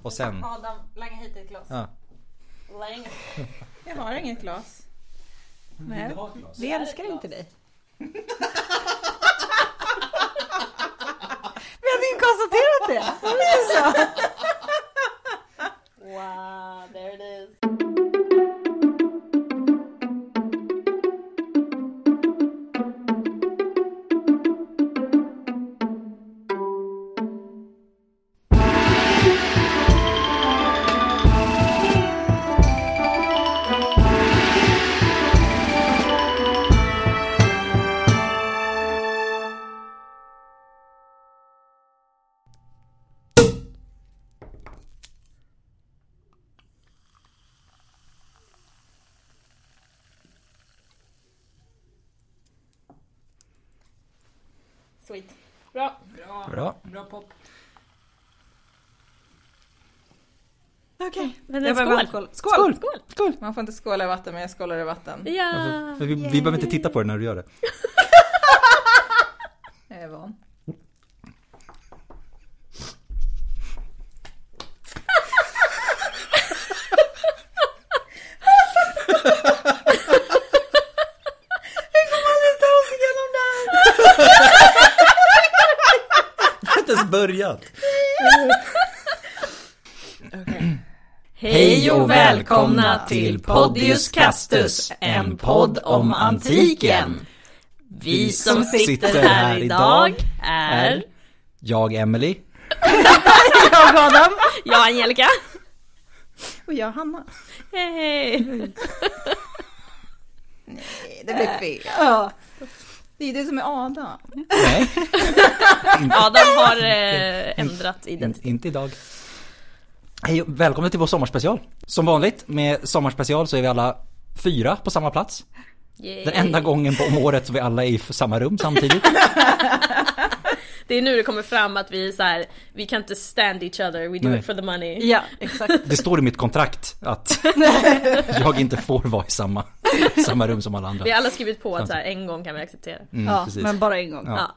Och sen... Adam, langa hit ett glas. Ja. Jag har inget glas. Nej, vi älskar inte dig. Vi hade ju konstaterat det. Det är så. Wow, there it is. Sweet. Bra. Pop. Okej. Skål. Man får inte skåla i vatten, men jag skålar i vatten. Ja. För vi behöver inte titta på det när du gör det. Jag är van. Börjat. Okay. Hej och välkomna till Podius Castus, en podd om antiken. Vi som sitter här idag är... Jag, Emily. Jag, Adam. Jag, Angelica. Och jag, Hanna. Hej. Nej, det blir fel. Ja. Det är du som är Adam. Nej. Adam har ändrat identitet. Inte idag. Hej, välkomna till vår sommarspecial. Som vanligt med sommarspecial så är vi alla 4 på samma plats. Yay. Den enda gången på året så vi alla är i samma rum samtidigt. Det är nu det kommer fram att vi är så här, vi kan inte stand each other, we do it for the money. Ja, exakt. Det står i mitt kontrakt att jag inte får vara i samma rum som alla andra. Vi har alla skrivit på att så här, en gång kan vi acceptera. Ja, precis. men bara en gång. Ja.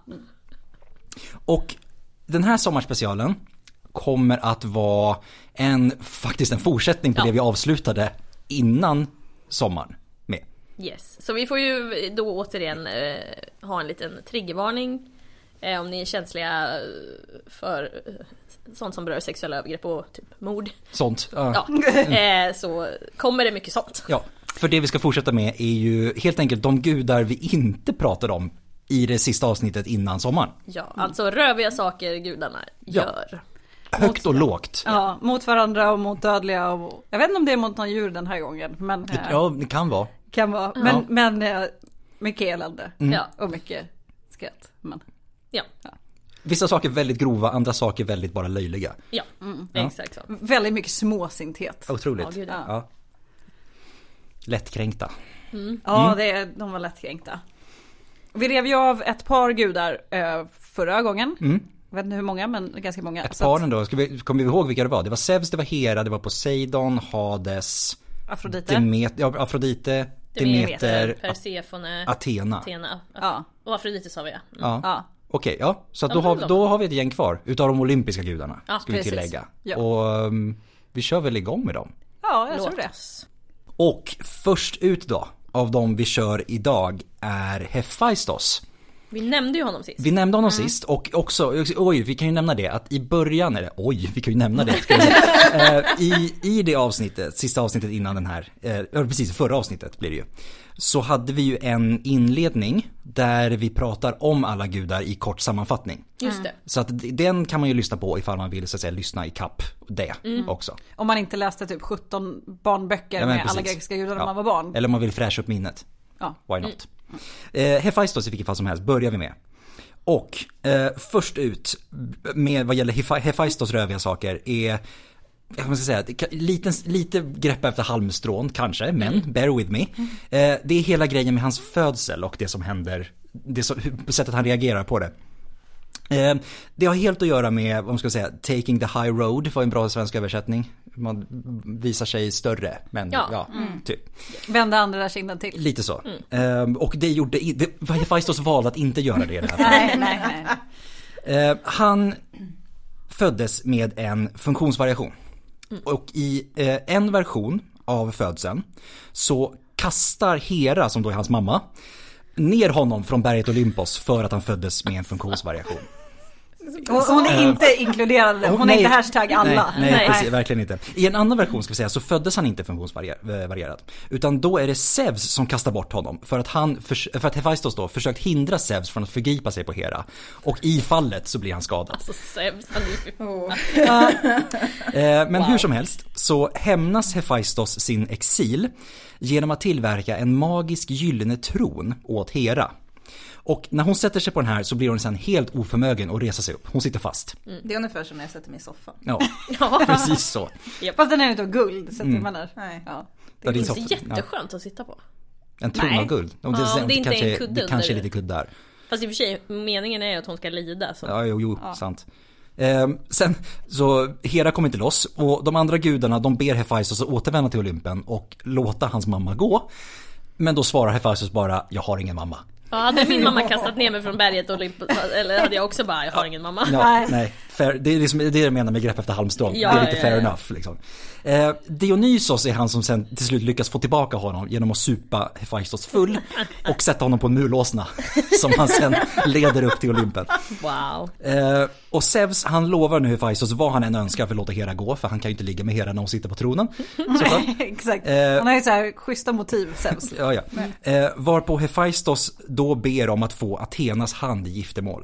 Och den här sommarspecialen kommer att vara faktiskt en fortsättning på det vi avslutade innan sommaren med. Yes, så vi får ju då återigen ha en liten triggervarning om ni är känsliga för sånt som berör sexuella övergrepp och typ mord. Sånt. Ja. Så kommer det mycket sånt. Ja, för det vi ska fortsätta med är ju helt enkelt de gudar vi inte pratade om i det sista avsnittet innan sommaren. Ja, alltså röviga saker gudarna gör. Högt och lågt. Ja, mot varandra och mot dödliga. Och, jag vet inte om det är mot någon djur den här gången. Men, Ja, det kan vara. Kan vara. Men mycket elände. Ja. Och mycket skratt. Men. Ja. Vissa saker väldigt grova, andra saker väldigt bara löjliga. Ja, exakt så. Väldigt mycket småsinthet. Otroligt. Ja, gud, ja. Lättkränkta. Ja, de var lättkränkta. Vi rev ju av ett par gudar förra gången. Jag vet inte hur många, men ganska många. Ett par ändå. Kommer vi ihåg vilka det var? Det var Zeus, det var Hera, det var Poseidon, Hades, Afrodite, Demeter, Persefone, Athena. Ja. Och Afrodite sa vi. Ja. Okej, ja. Så att då har vi ett gäng kvar utav de olympiska gudarna, ska vi precis. tillägga. Ja. Och vi kör väl igång med dem. Ja, jag tror det. Och först ut då av de vi kör idag är Hephaistos. Vi nämnde ju honom sist. Vi nämnde honom sist och också, vi kan ju nämna det att i början, vi kan ju nämna det i det avsnittet, sista avsnittet innan den här, precis förra avsnittet blir det ju, så hade vi ju en inledning där vi pratar om alla gudar i kort sammanfattning. Just det. Så att den kan man ju lyssna på ifall man vill så att säga lyssna i kapp det också. Om man inte läste typ 17 barnböcker med alla grekiska gudar när man var barn. Eller om man vill fräscha upp minnet. Ja. Why not? Hephaistos i vilket fall som helst börjar vi med. Och först ut med vad gäller Hephaistos röviga saker är, jag måste säga, lite grepp efter halmstrån kanske, men bear with me. Det är hela grejen med hans födsel och det som händer, sättet han reagerar på det. Det har helt att göra med, vad man ska säga, taking the high road, var en bra svensk översättning. Man visar sig större, men typ. Vända andra kinden till. Lite så. Och det gjorde Hephaistos valde att inte göra det där. Nej. Han föddes med en funktionsvariation. Och i en version av födseln så kastar Hera, som då är hans mamma, ner honom från berget Olympos för att han föddes med en funktionsvariation. Hon är inte inkluderad, hon är inte hashtag alla. Nej, precis, verkligen inte. I en annan version ska vi säga så föddes han inte funktionsvarierad. Utan då är det Zeus som kastar bort honom. För att Hephaistos då försökt hindra Zeus från att förgripa sig på Hera. Och i fallet så blir han skadad. Alltså Zeus, han är men hur som helst så hämnas Hephaistos sin exil genom att tillverka en magisk gyllene tron åt Hera. Och när hon sätter sig på den här så blir hon sen helt oförmögen att resa sig upp. Hon sitter fast. Det är ungefär som när jag sätter mig i soffan. Ja, precis så. Fast den är inte av guld, så man där. Nej. Ja. Det är jätteskönt att sitta på. En tron av guld. Och det är inte en kudde. Det kanske är lite kuddar. Fast i och för sig, meningen är ju att hon ska lida. Så. Ja, sant. Sen så Hera kommer inte loss och de andra gudarna de ber Hephaistos att återvända till Olympen och låta hans mamma gå. Men då svarar Hephaistos bara, jag har ingen mamma. Ja, hade min mamma kastat ner mig från berget Olympus, eller hade jag också bara, jag har ingen mamma. Ja, nej. Fair, det är liksom det jag menar med grepp efter halmstrån. Ja, det är lite fair enough liksom. Dionysos är han som sen till slut lyckas få tillbaka honom genom att supa Hephaistos full och sätta honom på en murlåsna som han sen leder upp till Olympen. Wow. Och Zeus han lovar nu Hephaistos vad han än önskar för att låta Hera gå, för han kan ju inte ligga med Hera när hon sitter på tronen. Exakt. Han har ju så här schyssta motiv, Zeus. Ja. Varpå Hephaistos då ber om att få Athenas hand i giftermål.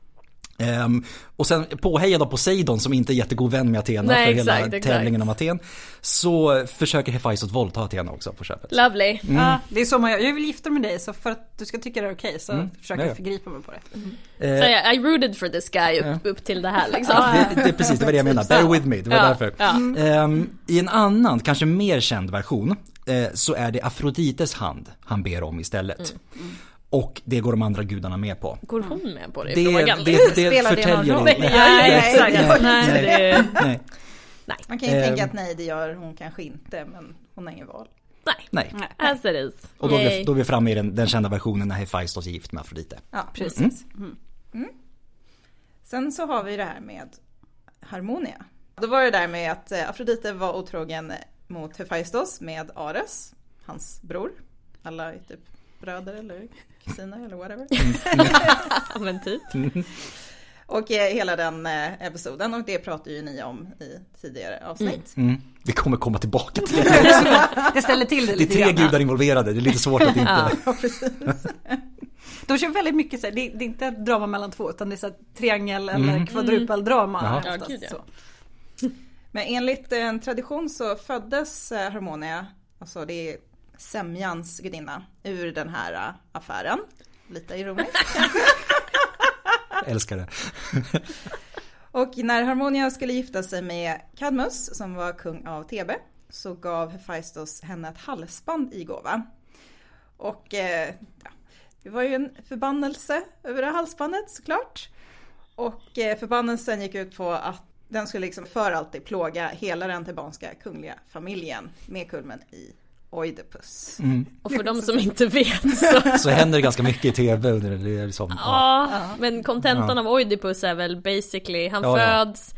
Och sen påhejad av Poseidon som inte är jättegod vän med Athena för hela tävlingen om Aten, så försöker Hephaistos våldta Athena också på köpet. Lovely. Ja, det är så man gör. Jag vill gifta med dig, så för att du ska tycka det är okej så försöker jag förgripa mig på det. Så I rooted for this guy upp till det här liksom. Det är precis, det var det jag menar. Bear with me, det var därför. I en annan, kanske mer känd version så är det Afrodites hand han ber om istället. Och det går de andra gudarna med på. Går hon med på det? Det förtäljer roll? inte. Nej. Man kan ju tänka att nej, det gör hon kanske inte, men hon har ingen val. Nej. As it is. Och då är vi framme i den kända versionen när Hephaistos är gift med Afrodite. Ja, precis. Sen så har vi det här med Harmonia. Då var det där med att Afrodite var otrogen mot Hephaistos med Ares, hans bror. Alla är typ bröder eller kusiner eller whatever. Men typ. Och hela den episoden, och det pratar ju ni om i tidigare avsnitt. Vi kommer komma tillbaka till det. Det ställer till det lite. Det är 3 gudar involverade, det är lite svårt att inte... Ja, precis. De kör väldigt mycket så här, det är inte ett drama mellan två, utan det är så här, triangel eller kvadrupeldrama. Så. Men enligt en tradition så föddes Harmonia, alltså det är sämjans gudinna, ur den här affären. Lite ironiskt kanske. Älskar det. Och när Harmonia skulle gifta sig med Cadmus, som var kung av Thebe, så gav Hephaistos henne ett halsband i gåva. Och det var ju en förbannelse över det halsbandet såklart. Och förbannelsen gick ut på att den skulle liksom för alltid plåga hela den thebanska kungliga familjen, med kulmen i Oidipus. Och för de som inte vet så händer det ganska mycket i tv under det liksom. Men kontentan av Oidipus är väl basically han föds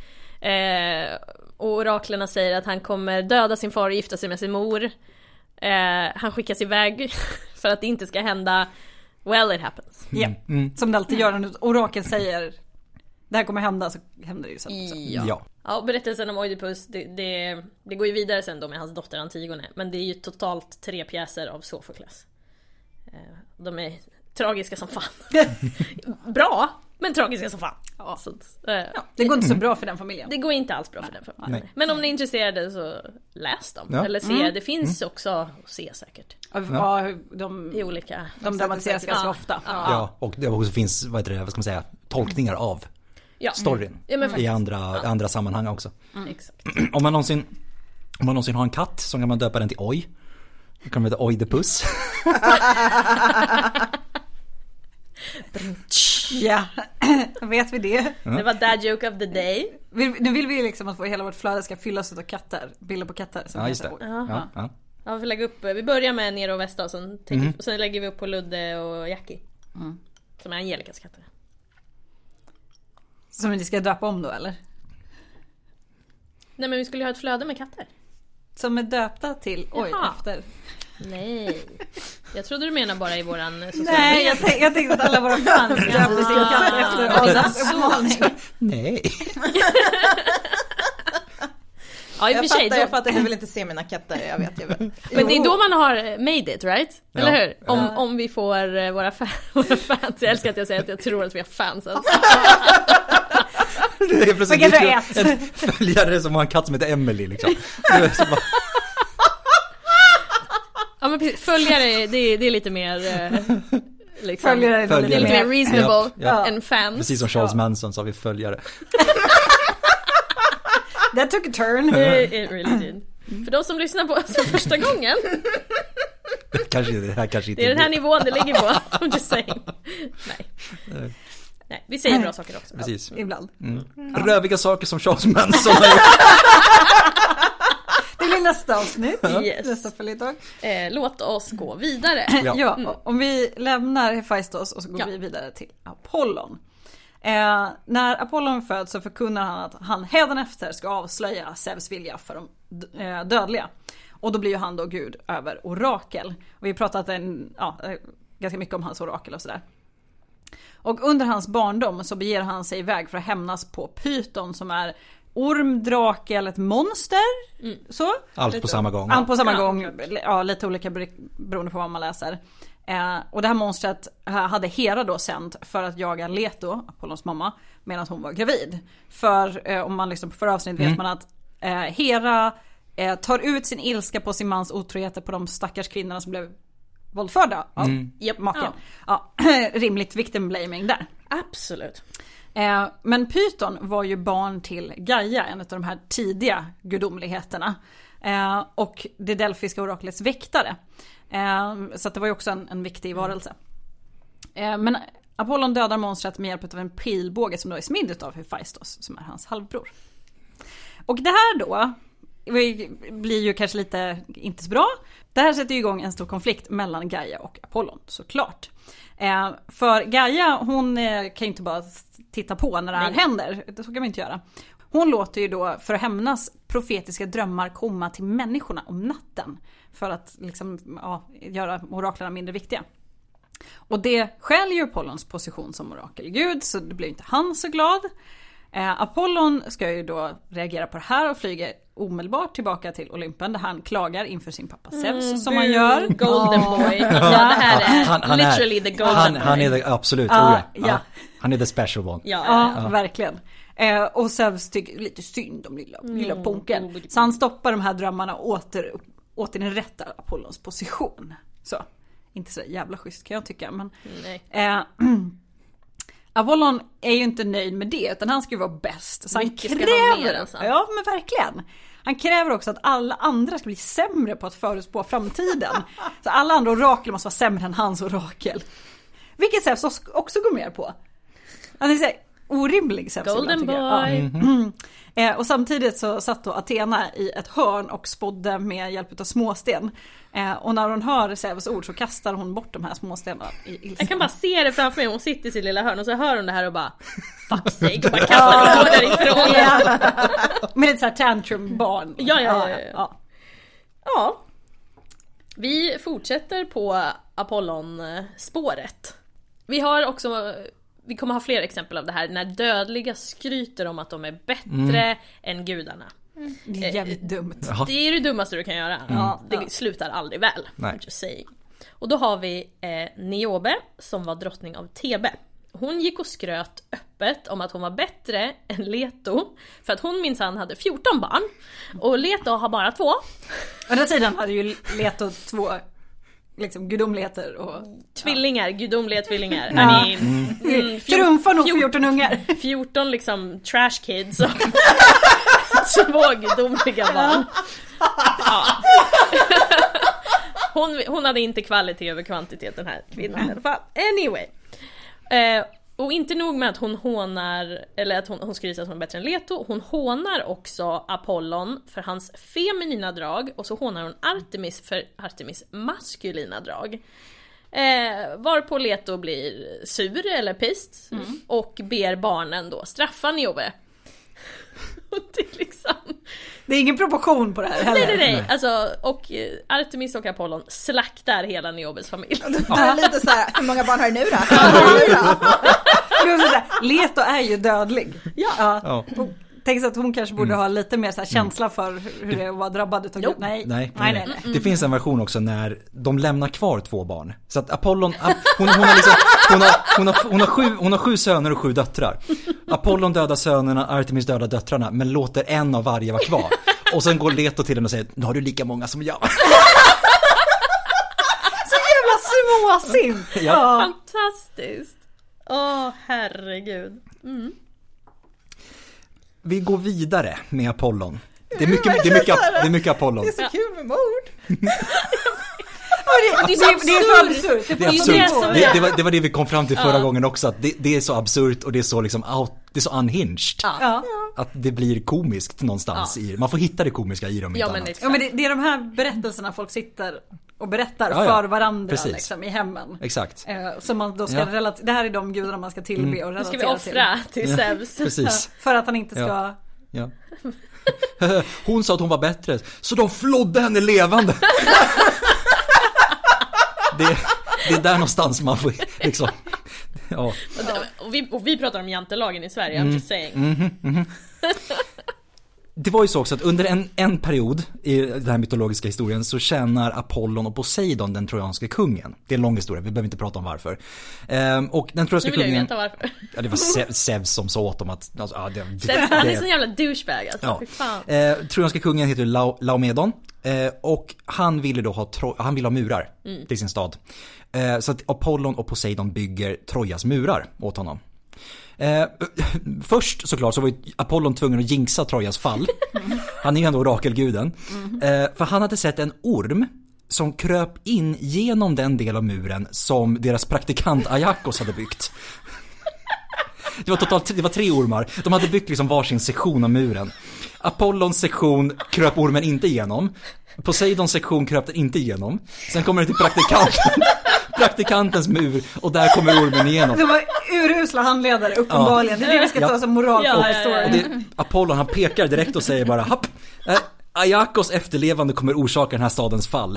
och oraklerna säger att han kommer döda sin far och gifta sig med sin mor. Han skickas iväg för att det inte ska hända. Well, it happens. Som det alltid gör när orakeln säger det här kommer hända, så händer det ju sen också. Ja, berättelsen om Oidipus det går ju vidare sen då med hans dotter Antigone. Men det är ju totalt 3 pjäser av Sofokles. De är tragiska som fan. Bra, men tragiska som fan. Så, det går inte så bra för den familjen. Det går inte alls bra för den familjen. Men om ni är intresserade så läs dem. Eller se, det finns också att se säkert. De i olika. De dramatiseras ganska ofta. Och det också finns, vad ska man säga, tolkningar av storyn i andra sammanhang också. Exakt. Om man någonsin har en katt så kan man döpa den till Oj. Då kan man heta Oidipus. Ja, vet vi det. Det var dad joke of the day. Nu vill vi liksom att hela vårt flöde ska fyllas av katter. Bilder på katter. Ja, just det. Ja, vi lägger upp. Vi börjar med Nero och Vesta och sen lägger vi upp på Ludde och Jackie. Som är Angelicas katter. Som ni ska döpa om då, eller? Nej, men vi skulle ju ha ett flöde med katter. Som är döpta till, efter. Nej. Jag trodde du menar bara i våran sociala Nej, jag tänkte att alla våra fans döpte sin katt efter Adams uppmaning. Nej. Ja, i och för sig, Jag fattar, jag vill inte se mina katter, jag vet. Men det är då man har made it, right? Eller hur? Om vi får våra fans. Jag älskar att jag säger att jag tror att vi har fans. Alltså. Det är plötsligt en följare som har en katt som heter Emily liksom. Ja, men precis. Följare, det är lite mer liksom, Följare. Det är lite mer reasonable än fans. Precis som Charles Manson så har vi följare. That took a turn. It really did. För de som lyssnar på oss för första gången. Det är den här nivån det ligger på. I'm just saying. Nej, vi säger bra saker också. Precis. Ibland. Röviga saker som Charles Manson har gjort. Det blir nästa avsnitt. Yes. Nästa följetong. Låt oss gå vidare. Ja, om vi lämnar Hephaistos och så går vi vidare till Apollon. När Apollon föds så förkunnar han att han hädanefter ska avslöja Zeus vilja för de dödliga. Och då blir ju han då gud över orakel. Och vi har pratat ganska mycket om hans orakel och sådär. Och under hans barndom så beger han sig iväg för att hämnas på Python som är orm, drake eller ett monster. Så? Allt på samma gång. Allt på samma gång. Ja, lite olika beroende på vad man läser. Och det här monstret hade Hera då sänt för att jaga Leto, Apollons mamma, medan hon var gravid. För om man liksom på förra avsnitt vet man att Hera tar ut sin ilska på sin mans otroheter på de stackars kvinnorna som blev våldförda av maken. Ja, rimligt victim blaming där. Absolut. Men Python var ju barn till Gaia, en av de här tidiga gudomligheterna. Och det delfiska oraklets väktare. Så att det var ju också en viktig varelse. Men Apollon dödar monstret med hjälp av en pilbåge som då är smidd av Hephaistos, som är hans halvbror. Och det här då blir ju kanske lite inte så bra. Det här sätter ju igång en stor konflikt mellan Gaia och Apollon, såklart. För Gaia, hon kan ju inte bara titta på när det här händer. Det så kan man inte göra. Hon låter ju då för att hämnas profetiska drömmar komma till människorna om natten. För att liksom, göra oraklerna mindre viktiga. Och det skäl ju Apollons position som orakelgud, så det blir inte han så glad. Apollon ska ju då reagera på det här och flyga omedelbart tillbaka till Olympen där han klagar inför sin pappa Zeus som han gör. Golden boy. Alltså, det här är literally the golden boy. Han är det, absolut. Han är the special one. Ja, verkligen. Och Zeus tycker lite synd om lilla ponken. Så han stoppar de här drömmarna och återinrättar Apollons position. Så, inte så jävla schysst kan jag tycka. Men, Apollon är ju inte nöjd med det, utan han ska ju vara bäst. Så han kräver, ja men verkligen. Han kräver också att alla andra ska bli sämre på att förutspå framtiden. Så alla andra orakel måste vara sämre än hans orakel. Vilket Zeus också går med på. Han är så orimlig Zeus. Golden boy. Och samtidigt så satt då Athena i ett hörn och spådde med hjälp av småsten. Och när hon hör Zeus ord så kastar hon bort de här småstenarna i ilska. Jag kan bara se det framför mig. Hon sitter i sitt lilla hörn och så hör hon det här och bara fuck sake och bara kastar dem därifrån. Med ett så här tantrum-barn. Ja. Vi fortsätter på Apollon-spåret. Vi kommer ha fler exempel av det här när dödliga skryter om att de är bättre än gudarna. Det är jävligt dumt. Det är det dummaste du kan göra. Det slutar aldrig väl. Just saying. Och då har vi Niobe som var drottning av Thebe. Hon gick och skröt öppet om att hon var bättre än Leto. För att hon minsann hade 14 barn. Och Leto har bara 2. Å den sidan hade ju Leto 2 liksom gudomligheter och tvillingar, gudomliga tvillingar. Trumfar nog 14 ungar. 14 liksom trash kids. Två gudomliga barn. Hon hade inte kvalitet över kvantitet, den här kvinnan i alla fall. Anyway. Och inte nog med att hon hånar, eller att hon skryter att hon är bättre än Leto. Hon hånar också Apollon för hans feminina drag. Och så hånar hon Artemis för Artemis maskulina drag. Varpå Leto blir sur eller pist. Och ber barnen då straffa Niobe. Och det är liksom Det är ingen proportion på det här heller. Nej. Alltså, och Artemis och Apollon slaktar hela Niobes familj. Det är lite så här, hur många barn har du nu då? Leto är ju dödlig. Ja. Tänk så att hon kanske borde ha lite mer så här känsla för hur det var drabbad utav Gud. Nej. Det finns en version också när de lämnar kvar 2 barn. Så att Apollon, hon har 7 söner och 7 döttrar. Apollon dödar sönerna, Artemis dödar döttrarna, men låter en av varje vara kvar. Och sen går Leto till den och säger, nu har du lika många som jag. Så jävla småsint. Ja. Fantastiskt. Herregud. Vi går vidare med Apollon. Det är mycket Apollon. Det är så kul med mord. Det är så absurt. Det är absurt. Det var det vi kom fram till förra gången också. Att det är så absurt och det är så liksom det är så unhinged. Ja. Att det blir komiskt någonstans i. Man får hitta det komiska i dem. Men det är de här berättelserna folk sitter och berättar för varandra liksom, i hemmen. Exakt. Så man då ska det här är de gudarna man ska tillbe och relatera till. Nu ska vi offra till Zeus. Precis. För att han inte ska... Ja. Hon sa att hon var bättre, så de flodde henne levande. Det är där någonstans man får liksom. Ja. Och vi pratar om jantelagen i Sverige, I'm just saying. Det var ju så också att under en period i den här mytologiska historien så tjänar Apollon och Poseidon den trojanska kungen. Det är en lång historia, vi behöver inte prata om varför. Och den trojanska kungen... Nu vill jag veta varför. Ja, det var Zeus som sa åt dem att... Alltså, han är så jävla douchebag alltså. Ja. Fan. Trojanska kungen heter Laomedon. Och han ville då ha murar till sin stad. Så att Apollon och Poseidon bygger Trojas murar åt honom. Först såklart så var ju Apollon tvungen att jinxa Trojas fall. Han är ju ändå orakelguden. För han hade sett en orm som kröp in genom den del av muren som deras praktikant Aiakos hade byggt. Det var 3 ormar. De hade byggt liksom varsin sektion av muren. Apollons sektion kröp ormen inte igenom. Poseidons sektion kröp den inte igenom. Sen kommer det till praktikantens mur och där kommer ormen igenom. De var urusla handledare uppenbarligen. Det är det vi ska ta som moral på historien. Apollon han pekar direkt och säger bara happ. Aiakos efterlevande kommer orsaka den här stadens fall.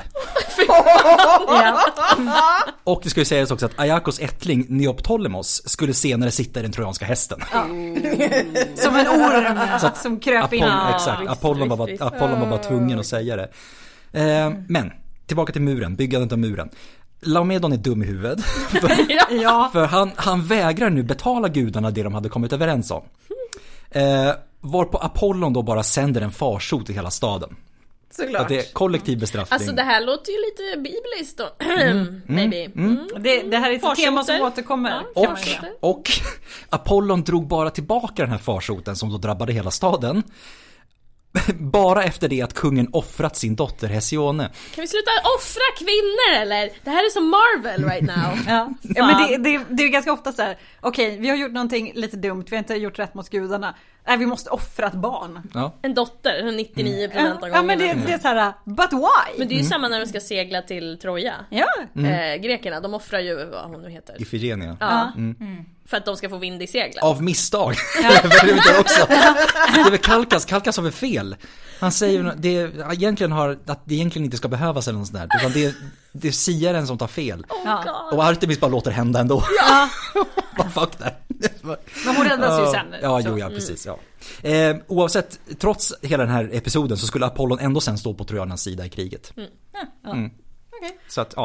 Och det ska ju sägas också att Aiakos ättling Neoptolemos skulle senare sitta i den trojanska hästen. Som en orm som kröp in. Exakt, Apollon var bara tvungen att säga det. Men tillbaka till muren, byggandet av muren. Laomedon är dum i huvudet. För han vägrar nu betala gudarna det de hade kommit överens om. Varpå Apollon då bara sänder en farsot till hela staden. Såklart. Att det är kollektiv bestraffning. Alltså det här låter ju lite bibliskt då. Maybe. Det här är ett tema som återkommer. Och Apollon drog bara tillbaka den här farsoten som då drabbade hela staden. Bara efter det att kungen offrat sin dotter Hesione. Kan vi sluta offra kvinnor eller? Det här är som Marvel right now. Men det är ganska ofta så här. Okej, vi har gjort någonting lite dumt. Vi har inte gjort rätt mot gudarna. Nej, vi måste offra ett barn. En dotter, 99% av gångerna. Ja, men det är så här, but why? Men det är ju samma när de ska segla till Troja. Grekerna, de offrar ju vad hon nu heter. Ifigenia. För att de ska få vind i seglet. Av misstag. Också. Det är väl Kalkas har väl fel. Han säger att det egentligen inte ska behövas eller något sånt där. Utan det är siaren som tar fel. Och Artemis bara låter hända ändå. Vad fuck där. Men hon räddas ju sen. Precis. Oavsett, trots hela den här episoden så skulle Apollon ändå sen stå på trojanernas sida i kriget. Okay. Så att,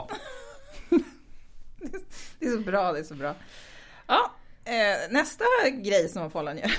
Det är så bra. Ja, nästa grej som Apollon gör.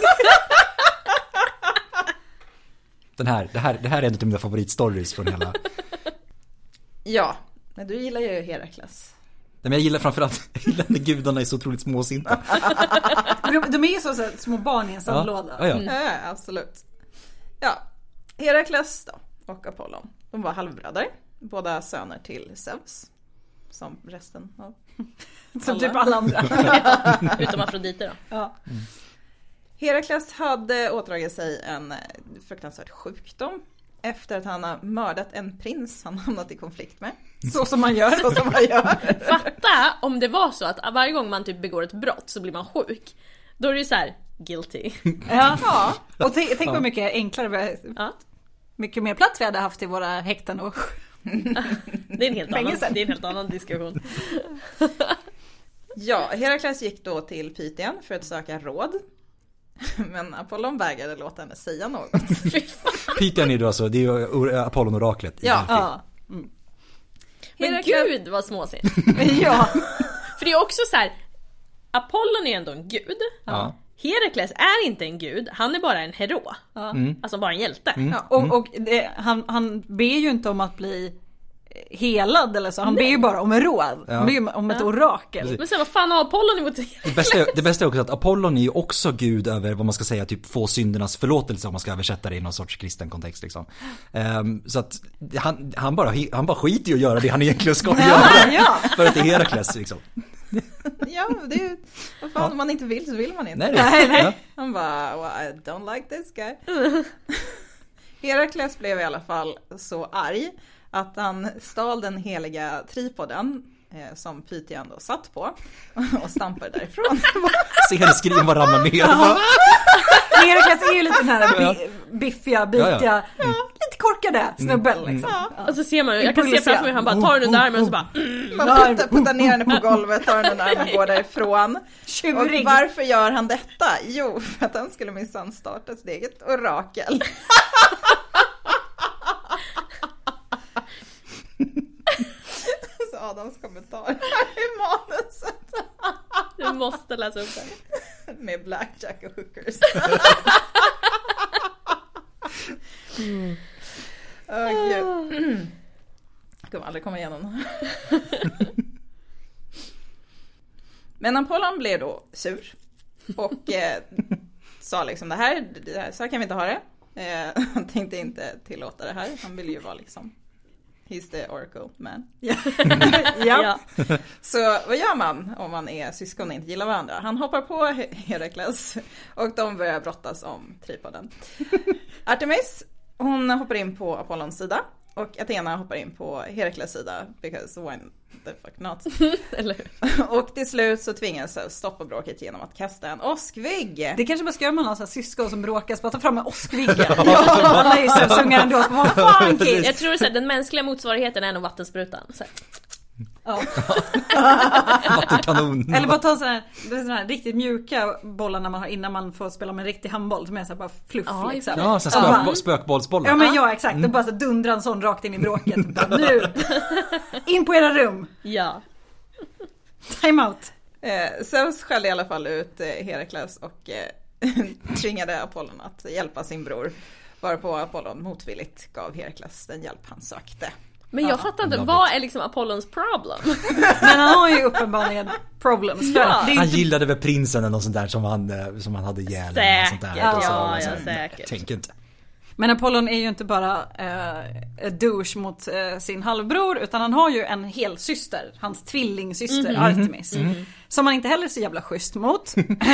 Det här är en av mina favoritstories från hela... Ja, men du gillar ju Herakles. Men jag gillar framförallt när gudarna är så otroligt småsinta. De är ju så små barn i en sandlåda. Ja, absolut. Ja, Herakles då och Apollon. De var halvbröder. Båda söner till Zeus. Som resten av som typ alla andra. Utom Afrodite då. Ja. Herakles hade ådragit sig en fruktansvärd sjukdom efter att han har mördat en prins han hamnat i konflikt med. Så som man gör. Fatta om det var så att varje gång man typ begår ett brott så blir man sjuk. Då är det ju så här, guilty. Ja. Och tänk vad mycket enklare, mycket mer plats vi hade haft i våra häkten och det är en helt annan diskussion. Ja, Herakles gick då till Pythien för att söka råd. Men Apollon vägrade låta henne säga något. Pythien är då alltså, det är ju Apollon-oraklet. Ja. Men gud vad småsint. Ja. För det är också så här, Apollon är ändå en gud. Ja. Herakles är inte en gud, han är bara en hero. Alltså bara en hjälte. Och han ber ju inte om att bli helad eller så. Han ber ju bara om en råd. Han ber ju om ett orakel. Men sen vad fan har Apollon emot Det bästa är också att Apollon är ju också gud över vad man ska säga, typ få syndernas förlåtelse, om man ska översätta det i någon sorts kristen kontext liksom. Så att han bara skiter i att göra det han egentligen ska göra. För att det är Herakles liksom. Ja, det är ju, vad fan, om man inte vill så vill man inte. Nej. Han bara, well, I don't like this guy. Herakles blev i alla fall så arg att han stal den heliga tripoden som Pythien då satt på och stampade därifrån. Ser du skriven bara ramlar ner. Herakles är ju lite den här biffiga, bitiga, lite korkade snubben liksom. Och så ser man, jag kan se framför mig, han bara tar den under armen och så bara man puttar ner henne på golvet, tar den under armen och går därifrån. Tjurig. Och varför gör han detta? Jo, för att han skulle minsann starta sitt eget orakel. Så Adams kommentar i manuset. du måste läsa upp det. Med blackjack och hookers. Gud. Jag kommer aldrig komma igenom. Men Apollon blev då sur och sa liksom det här, så här kan vi inte ha det. Han tänkte inte tillåta det här. Han ville ju vara liksom, he's the oracle man. Ja. Så vad gör man om man är syskon och inte gillar varandra? Han hoppar på Herakles och de börjar brottas om tripoden. Artemis, hon hoppar in på Apollons sida och Athena hoppar in på Herakles sida, because why the fuck not? Eller hur? Och till slut så tvingas jag stoppa bråket genom att kasta en åskvigg. Det kanske bara ska göra man någon syskon som bråkas, bara ta fram en åskvigge. Alla är ju sungar ändå. Vad fan kids? Jag tror att den mänskliga motsvarigheten är nog vattensprutan. Så. Ja. Vattenkanon. Eller bara ta sådana här riktigt mjuka bollar när man har, innan man får spela med en riktig handboll som är så här bara fluff liksom. Ja, så spökbollsbollar. Ja, men ja, exakt. Och bara så dundrar en sån rakt in i bråket. Bara, nu! In på era rum! Ja. Time out. Zeus skällde i alla fall ut Herakles och tvingade Apollon att hjälpa sin bror. Varpå Apollon motvilligt gav Herakles den hjälp han sökte. Men jag fattar inte, vad är liksom Apollons problem? Men han har ju uppenbarligen problems. För Ja. det är Han inte... gillade väl prinsen eller något sånt där som han hade ihjäl. Säkert, sånt där. ja, Och så, ja, liksom, säkert. Tänk inte. Men Apollon är ju inte bara douche mot sin halvbror, utan han har ju en hel syster, hans tvillingsyster Artemis, som han inte heller är så jävla schysst mot.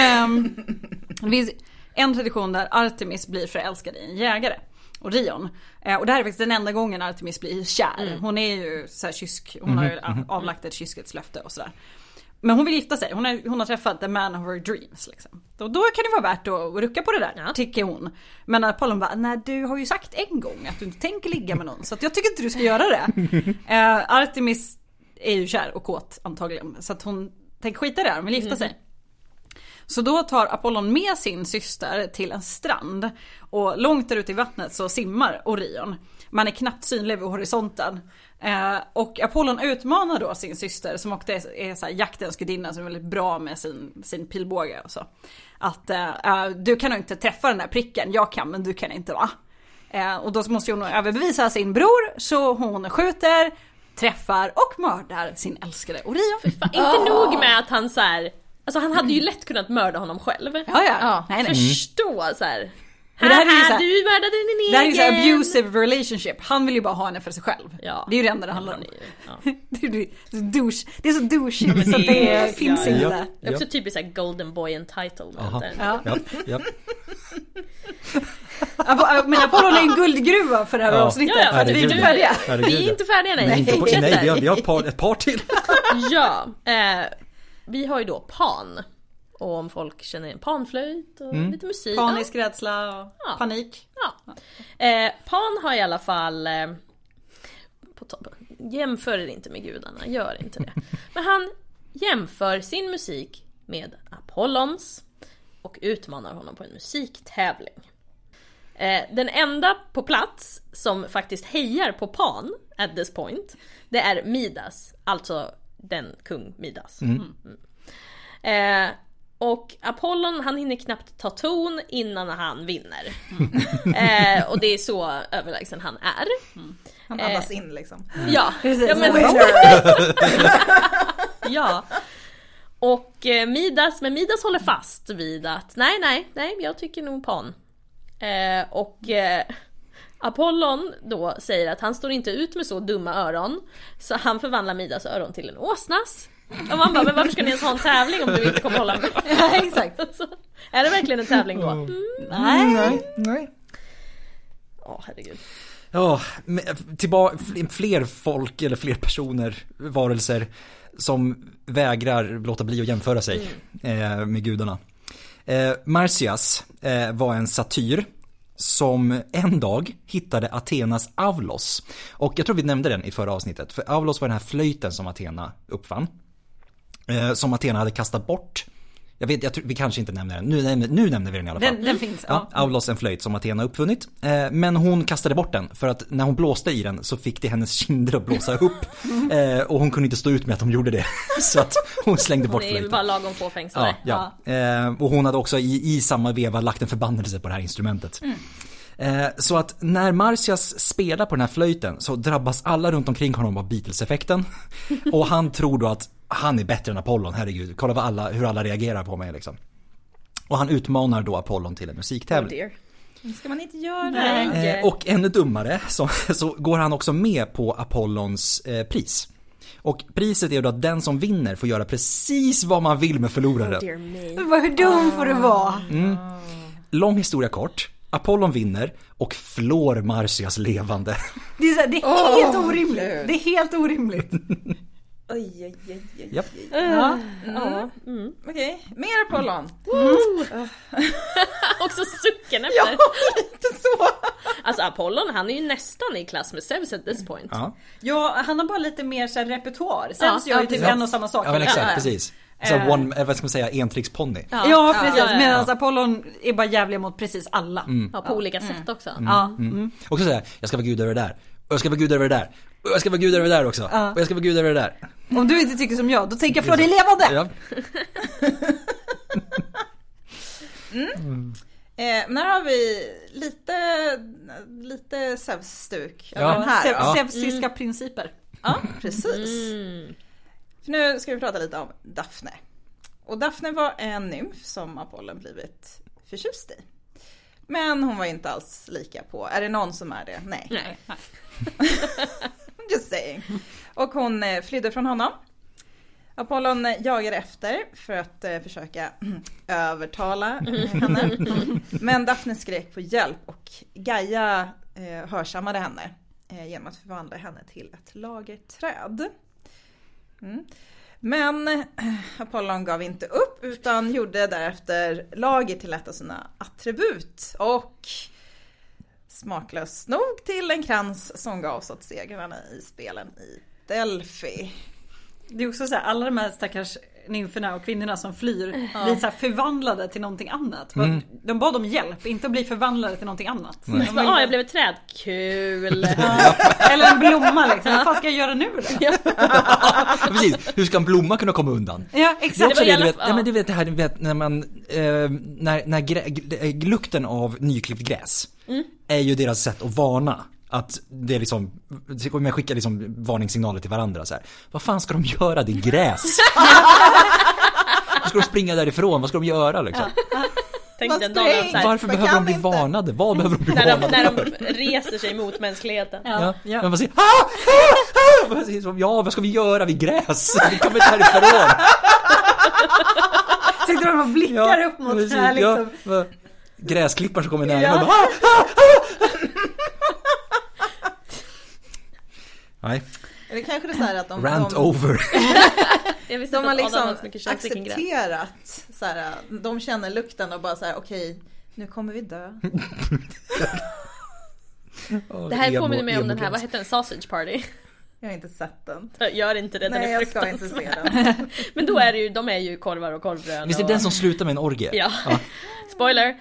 Det finns en tradition där Artemis blir förälskad i en jägare, Orion. Och det här är faktiskt den enda gången Artemis blir kär. Hon är ju så här kysk, hon har ju avlagt ett kyskhetslöfte och sådär. Men hon vill gifta sig, hon har träffat the man of her dreams liksom. Då kan det vara värt att rucka på det där, tycker hon. Men Apollon bara, nej, du har ju sagt en gång att du inte tänker ligga med någon, så att jag tycker inte du ska göra det. Artemis är ju kär och kåt antagligen, så att hon tänker skita där, hon vill gifta sig. Så då tar Apollon med sin syster till en strand, och långt där ute i vattnet så simmar Orion. Man är knappt synlig vid horisonten. Och Apollon utmanar då sin syster, som också är så här jaktens gudinna, som är väldigt bra med sin pilbåge och så. Att du kan nog inte träffa den där pricken, jag kan, men du kan inte, va? Och då måste hon överbevisa sin bror, så hon skjuter, träffar och mördar sin älskade Orion. Inte nog med att han så här, alltså han hade ju lätt kunnat mörda honom själv. Ja. Nej. Förstå så här. Men det här är ju så här, du mördade din egen. det här är ju så här abusive relationship. Han vill ju bara ha henne för sig själv. Ja. Det är ju det enda det handlar om. Ja. Det är så douchigt så att det finns inte. Ja. Det är också typiskt såhär golden boy entitlement. Ja. Men Apollon är en guldgruva för det här avsnittet. Ja, för vi är inte färdiga. Vi är inte färdiga, nej. Nej, vi har ett par till. Ja, vi har ju då Pan. Och om folk känner en panflöjt och lite musik. Panisk rädsla och panik. Ja. Pan har i alla fall... jämför det inte med gudarna, gör inte det. Men han jämför sin musik med Apollons och utmanar honom på en musiktävling. Den enda på plats som faktiskt hejar på Pan at this point, det är Midas, alltså den kung Midas. Och Apollon, han hinner knappt ta ton innan han vinner. Och det är så överlägsen han är. Han andas in liksom. Ja, precis. Ja, men... ja. Och Midas håller fast vid att nej, jag tycker nog Pan. Och Apollon då säger att han står inte ut med så dumma öron, så han förvandlar Midas öron till en åsnas. Och man bara, men varför ska ni ens ha en tävling om du inte kommer hålla med? Ja, exakt. Så, är det verkligen en tävling då? Nej. Herregud. Ja, fler folk eller fler personer, varelser som vägrar låta bli att jämföra sig med gudarna. Marsyas var en satyr som en dag hittade Athenas Aulos. Och jag tror vi nämnde den i förra avsnittet. För Aulos var den här flöjten som Athena uppfann. Som Athena hade kastat bort. Jag tror, vi kanske inte nämner den. Nu nämner vi den i alla fall. Den finns. Ja, Aulos, en flöjt som Athena uppfunnit. Men hon kastade bort den. För att när hon blåste i den så fick det hennes kinder att blåsa upp. Och hon kunde inte stå ut med att de gjorde det. Så att hon slängde bort flöjten. Det är bara lagom fåfäng sådär. Ja. Och hon hade också i samma veva lagt en förbannelse på det här instrumentet. Så att när Marsyas spelar på den här flöjten så drabbas alla runt omkring honom av Beatles-effekten. Och han tror då att han är bättre än Apollon, herregud. Kolla hur alla reagerar på mig liksom. Och han utmanar då Apollon till en musiktävling. Ska man inte göra det? Och ännu dummare så går han också med på Apollons pris. Och priset är då att den som vinner får göra precis vad man vill med förloraren. Hur dum får det vara? Lång historia kort. Apollon vinner och flår Marsyas levande. Det är helt orimligt. Det är helt orimligt. Oj. Japp. Okej, mer Apollon. Också sucken efter. Ja, lite så. Alltså Apollon, han är ju nästan i klass med Zeus at this point. Ja, han har bara lite mer så här repertoar. Zeus gör ju typ en och samma sak. Ja, men exakt, precis. Så vad ska man säga, entricksponny. Ja, precis. Medan Apollon är bara jävlig mot precis alla. Ja, på olika sätt också. Och så säga, jag ska vara gud över det där. Och jag ska vara gud över det där. Och jag ska vara gud över det där också. Och jag ska vara gud över det där. Om du inte tycker som jag, då tänker jag få dig levande. Ja. Men här har vi lite Zeus-stuk. Zeusiska principer. Ja, precis. För nu ska vi prata lite om Daphne. Och Daphne var en nymf som Apollon blivit förtjust i. Men hon var inte alls lika på. Är det någon som är det? Nej. Just saying. Och hon flydde från honom. Apollon jagade efter för att försöka övertala henne. Men Daphne skrek på hjälp och Gaia hörsammade henne genom att förvandla henne till ett lagerträd. Men Apollon gav inte upp utan gjorde därefter lager till ett av sina attribut och smaklöst nog till en krans som gavs åt segrarna i spelen i Delphi. Det är också så här, alla de här stackars nymferna och kvinnorna som flyr blir så här förvandlade till någonting annat. De bad om hjälp, inte att bli förvandlade till någonting annat. Jag blev ett träd, kul. Eller en blomma liksom. Vad fan ska jag göra nu då? Ja, precis. Hur ska en blomma kunna komma undan? Ja, exakt. Du vet det här när man när lukten av nyklippt gräs är ju deras sätt att varna. Att det är liksom, man skickar liksom varningssignaler till varandra så här. Vad fan ska de göra? Det är gräs. Ska de springa därifrån? Vad ska de göra liksom? Tänk den dagen så här, varför behöver de bli varnade? Vad behöver de bli varnade? När de reser sig mot mänskligheten. Men vad säger vad ska vi göra? Vi gräs. Vi kommer inte härifrån. Tyckte de blickar upp mot här liksom. Gräsklippar som kommer nära. Nej. Eller kanske det är så här att Rant over. De har liksom accepterat så här, de känner lukten och bara så här, okej, nu kommer vi dö. Det här påminner mig om den här, vad heter den? Sausage Party. Jag har inte sett den. Gör inte det, den Nej, är jag ska inte fruktansvärd. se den. Men då är det ju, de är ju korvar och korvbröd. Visst är det den som slutar med en orgie? Ja, spoiler.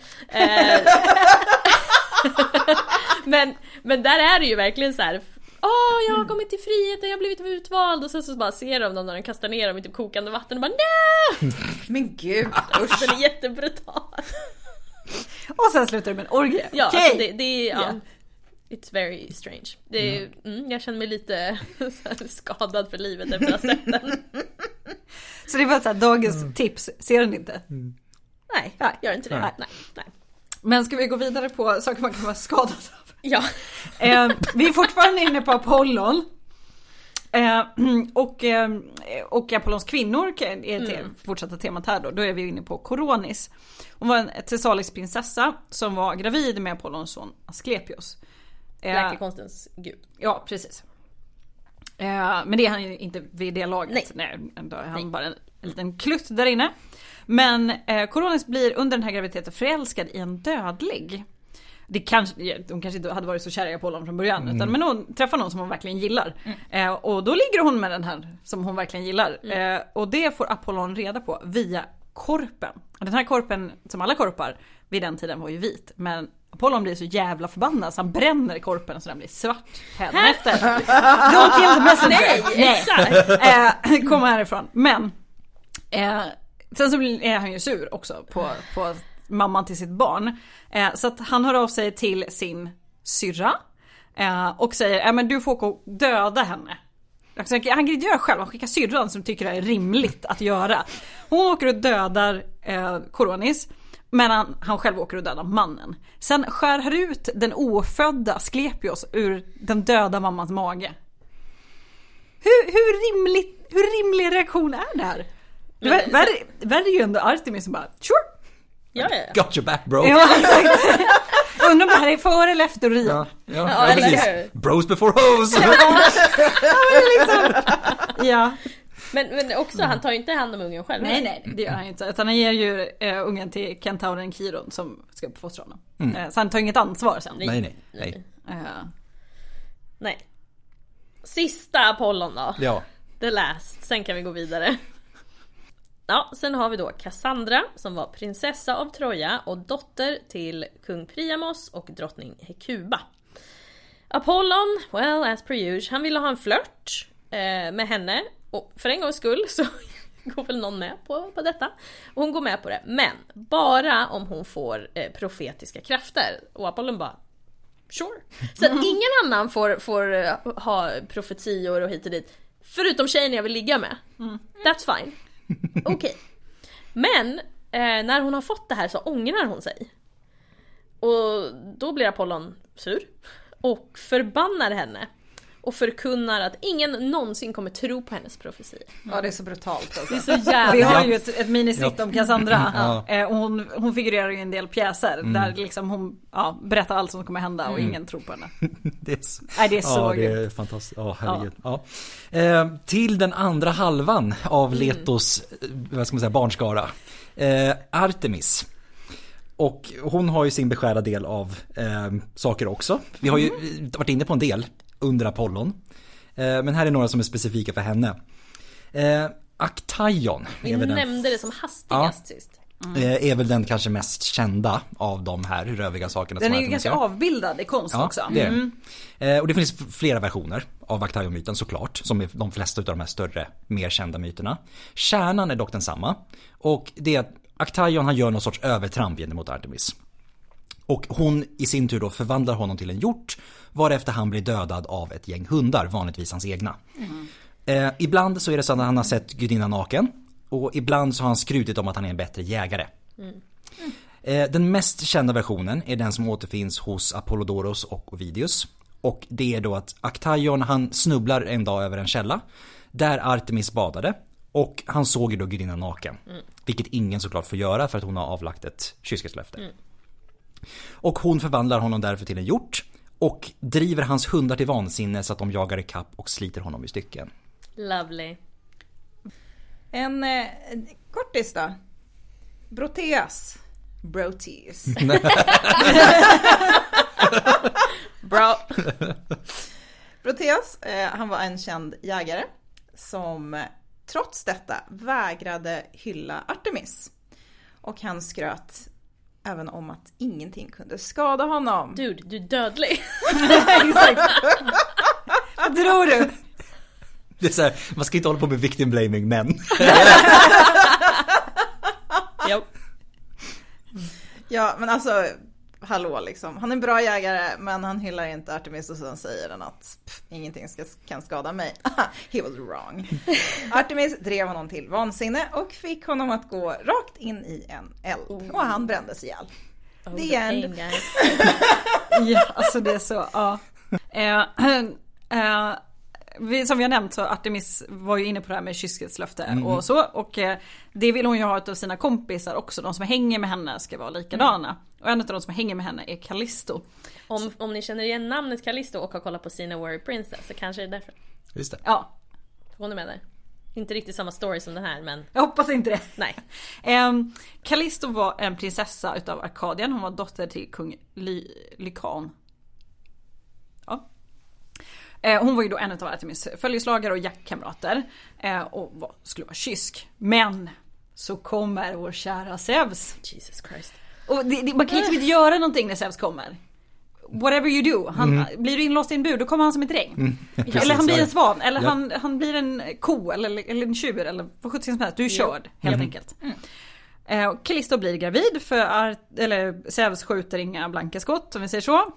Men där är det ju verkligen så här. Jag har kommit till friheten, jag har blivit utvald. Och sen så bara ser de dem när de kastar ner dem i typ kokande vatten och bara nej! Men gud, Alltså, den är jättebrutal. Och sen slutar det med en orgie. Ja, Okej. alltså det är it's very strange. Det är, jag känner mig lite så här skadad för livet efter att ha sett den. Så det var så här, dagens tips, ser den inte? Nej, gör inte det. Nej. Men ska vi gå vidare på saker man kan vara skadad av? Ja. Vi är fortfarande inne på Apollon. Och Apollons kvinnor är fortsatta temat här då. Då är vi inne på Koronis. Hon var en thessalisk prinsessa som var gravid med Apollons son Asklepios. Läkekonstens gud. Ja, precis. Men det är han ju inte vid det laget. Nej, då är han bara en liten klutt där inne. Men Koronis blir under den här graviditeten förälskad i en dödlig. De kanske inte hade varit så kära i Apollon från början men hon träffar någon som hon verkligen gillar. Och då ligger hon med den här som hon verkligen gillar. Och det får Apollon reda på via korpen. Och den här korpen, som alla korpar vid den tiden, var ju vit. Men Apollon blir så jävla förbannad så han bränner korpen så den blir svart efter. Don't kill the messenger. Nej. Exakt. Kom härifrån. Men sen så är han ju sur också på mamman till sitt barn. Så att han hör av sig till sin syrra och säger men du får döda henne. Han kan inte göra själv, han skickar syrran som tycker det är rimligt att göra. Hon åker och dödar Koronis, men han själv åker och dödar mannen. Sen skär ut den ofödda Asklepios ur den döda mammans mage. Hur rimlig reaktion är det här? Värre är ju ändå Artemis som bara sure. Ja. Got your back, bro. Ja, exakt. Undrar om det här är före eller efter Rio. Ja, eller bros before hoes. Men också, han tar ju inte hand om ungen själv. Nej, det gör han inte. Utan han ger ju ungen till Kentauren Kiron som ska uppfostra honom. Så han tar inget ansvar sen. Nej. Sista Apollon då. Ja. The last. Sen kan vi gå vidare. Ja, sen har vi då Cassandra som var prinsessa av Troja och dotter till kung Priamos och drottning Hekuba. Apollon, well as per usual, han ville ha en flört med henne och för en gångs skull så går väl någon med på detta. Och hon går med på det, men bara om hon får profetiska krafter. Och Apollon bara sure. Så att ingen annan får ha profetior och hit och dit förutom tjejen jag vill ligga med. That's fine. Okej. Men när hon har fått det här så ångrar hon sig. Och då blir Apollon sur och förbannar henne och förkunnar att ingen någonsin kommer tro på hennes profetier. Ja, det är så brutalt också. Det är så jävla... Vi har ju ett minisnitt om Cassandra. Och hon figurerar ju i en del pjäser där liksom hon berättar allt som kommer hända och ingen tror på henne. Det är så, det är så det är fantastiskt. Herregud. Till den andra halvan av Letos vad ska man säga, barnskara. Artemis. Och hon har ju sin beskärda del av saker också. Vi har ju varit inne på en del under Apollon. Men här är några som är specifika för henne. Aktaion. Vi nämnde det som hastigast sist. Är väl den kanske mest kända av de här röviga sakerna. Den är ju ganska avbildad i konst också. Det är. Och det finns flera versioner av Aktaion-myten såklart. Som är de flesta av de här större, mer kända myterna. Kärnan är dock densamma. Och det är att Aktaion, han gör någon sorts övertramp gentemot Artemis. Och hon i sin tur då förvandlar honom till en hjort, varefter han blir dödad av ett gäng hundar, vanligtvis hans egna. Ibland så är det så att han har sett gudinnan naken, och ibland så har han skrutit om att han är en bättre jägare. Den mest kända versionen är den som återfinns hos Apollodoros och Ovidius. Och det är då att Aktaion, han snubblar en dag över en källa där Artemis badade. Och han såg ju då gudinnan naken. Vilket ingen såklart får göra för att hon har avlagt ett kyskhetslöfte. Och hon förvandlar honom därför till en hjort. Och driver hans hundar till vansinne så att de jagar i kapp och sliter honom i stycken. Lovely. En kortis då. Proteus. Proteus. Bra. Proteus, han var en känd jägare som trots detta vägrade hylla Artemis. Och han skröt även om att ingenting kunde skada honom. Dude, du är dödlig. Exakt. Vad tror du? Det är så här, man ska inte hålla på med victim blaming, men Jo. Ja, men alltså, hallå liksom. Han är en bra jägare, men han hyllar inte Artemis och sen säger den att ingenting kan skada mig. He was wrong. Artemis drev honom till vansinne och fick honom att gå rakt in i en eld. Och han brändes ihjäl. The end. Ja, alltså det är så, ja. Som vi har nämnt så Artemis var ju inne på det här med kyskhetslöfte och så. Och det vill hon ju ha av sina kompisar också. De som hänger med henne ska vara likadana. Och en av de som hänger med henne är Callisto. Om ni känner igen namnet Callisto och har kollat på Sina Warrior Princess så kanske det är därför. just det. Ja, Hon är med där. Inte riktigt samma story som den här, men jag hoppas inte det. nej. Callisto var en prinsessa utav Arkadien. Hon var dotter till kung Lykan. Ja. Hon var ju då en av Artemis följeslagare och jaktkamrater. Och skulle vara kysk. Men så kommer vår kära Zeus. Jesus Christ. Och man kan liksom inte göra någonting när Zeus kommer. Whatever you do. Blir du inlåst i en bur, då kommer han som ett regn. Eller han blir en svan. Eller han blir en ko. Eller en tjur. Eller vad 70 som helst. Du är körd, helt enkelt. Callisto blir gravid. Eller Zeus skjuter inga blanka skott, om vi säger så.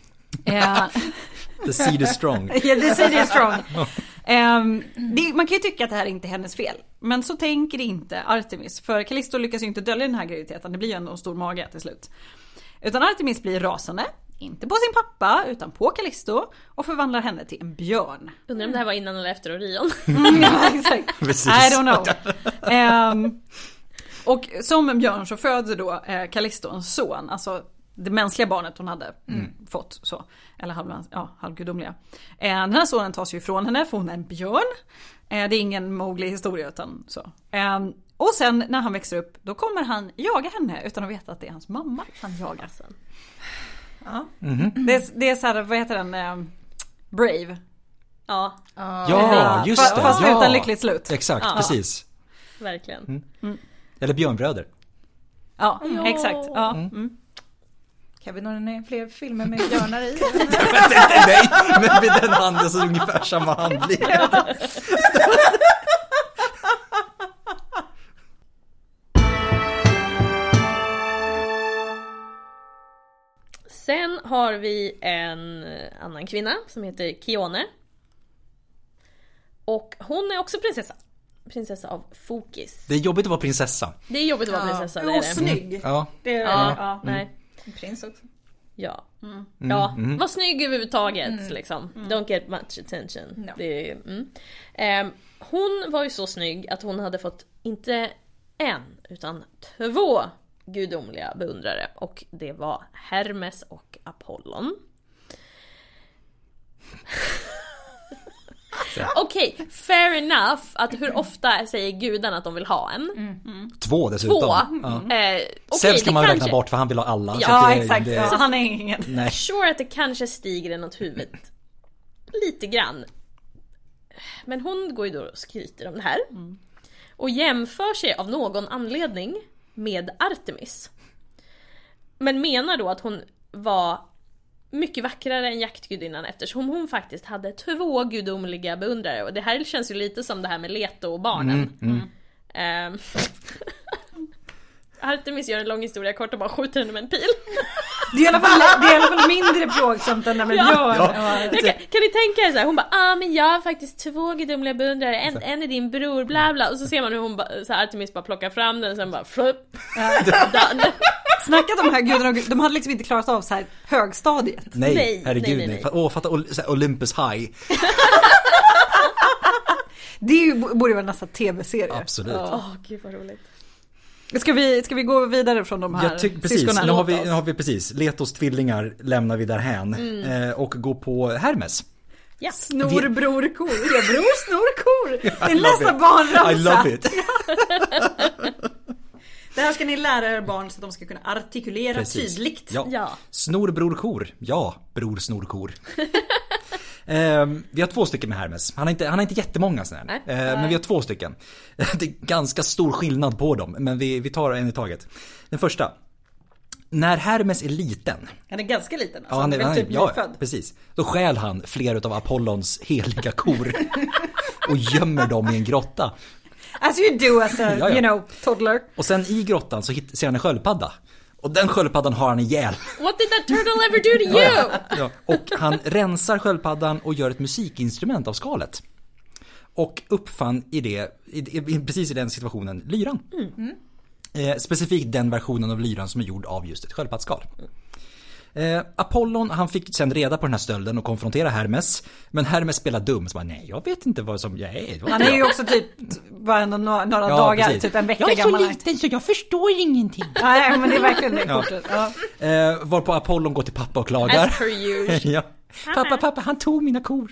The seed is strong. Ja, the seed is strong. Man kan ju tycka att det här är inte hennes fel. Men så tänker inte Artemis. För Callisto lyckas ju inte dölja den här graviditeten. Det blir ju ändå en stor mage till slut. Utan Artemis blir rasande. Inte på sin pappa, utan på Callisto. Och förvandlar henne till en björn. Undrar om det här var innan eller efter Orion. Ja, exakt. Precis. I don't know. Och som en björn så föder då Callisto en son. Alltså det mänskliga barnet hon hade fått så. Eller halvgudomliga. Den här sonen tas ju ifrån henne för hon är en björn. Det är ingen Mowgli historia utan så. Och sen när han växer upp då kommer han jaga henne utan att veta att det är hans mamma han jagar sen. Ja. Det är så här, vad heter den? Brave. Ja. Ja, just det. Fast utan lyckligt slut. Exakt, precis. Verkligen. Eller björnbröder. Ja, exakt. Ja. Kan vi några fler filmer med björnar i? Nej, men med den handen så är det ungefär samma handling. Sen har vi en annan kvinna som heter Kione. Och hon är också prinsessa. Prinsessa av Fokis. Det är jobbigt att vara prinsessa. Det är jobbigt att vara prinsessa. Det är Och det. snygg. Ja. Det är Ja, nej. Prins också. Ja. Ja, var snygg överhuvudtaget liksom. Don't get much attention. No. Det är, hon var ju så snygg att hon hade fått inte en utan 2 gudomliga beundrare. Och det var Hermes och Apollon. Okej, fair enough att hur ofta säger gudarna att de vill ha en? 2 dessutom. 2. Ja. Sen ska man räkna bort för han vill ha alla. Ja, så att exakt. Så han är ingen. Nej. Sure att det kanske stiger en åt huvudet lite grann. Men hon går ju då och skryter om det här. Och jämför sig av någon anledning med Artemis. Men menar då att hon var mycket vackrare än jaktgudinnan eftersom hon faktiskt hade 2 gudomliga beundrare. Och det här känns ju lite som det här med Leto och barnen. Artemis gör en lång historia kort och bara skjuter henne med en pil. Det är i alla fall mindre plågsamt än när med björn. Kan ni tänka er så här? Hon bara, men jag har faktiskt 2 gudomliga beundrare. En är din bror, bla bla. Och så ser man hur hon så här, Artemis bara plockar fram den och sen bara flupp. Done. Snacka de här gudarna, de hade liksom inte klarat av så här högstadiet. Nej, herregud. Nej. Fatta Olympus High. Det är ju, borde vara nästan tv-serie. Absolut. Gud vad roligt. Ska vi gå vidare från de här precis, syskonen? nu har vi precis Letos tvillingar lämnar vi därhän och går på Hermes. Ja. Snor, bror, kor. Ja, bror, snor, kor. Det är nästan barnramsa. I love it. Det här ska ni lära er barn så att de ska kunna artikulera tydligt. Ja. Snorbrorkor. Ja, bror snorkor. Vi har 2 stycken med Hermes. Han har inte jättemånga sådana här. Men vi har 2 stycken. Det är ganska stor skillnad på dem. Men vi tar en i taget. Den första. När Hermes är liten. Han är ganska liten. Alltså. Ja, han är typ nyfödd. precis. Då stjäl han flera av Apollons heliga kor. Och gömmer dem i en grotta. As you do as a, toddler. Och sen i grottan så ser han en sköldpadda. Och den sköldpaddan har han ihjäl. What did that turtle ever do to you? Ja. Och han rensar sköldpaddan och gör ett musikinstrument av skalet. Och uppfann precis i den situationen lyran. Specifikt den versionen av lyran som är gjord av just ett sköldpaddsskal. Apollon, han fick sen reda på den här stölden och konfrontera Hermes. Men Hermes spelar dum, så bara, nej, jag vet inte vad som jag är. Han är ju också typ bara några dagar, precis. Typ en vecka gammal. Jag är så liten så jag förstår ingenting. Nej, men det är verkligen det kortet. Ja. Varpå Apollon går till pappa och klagar. As per usual. Ja. Pappa, han tog mina kor.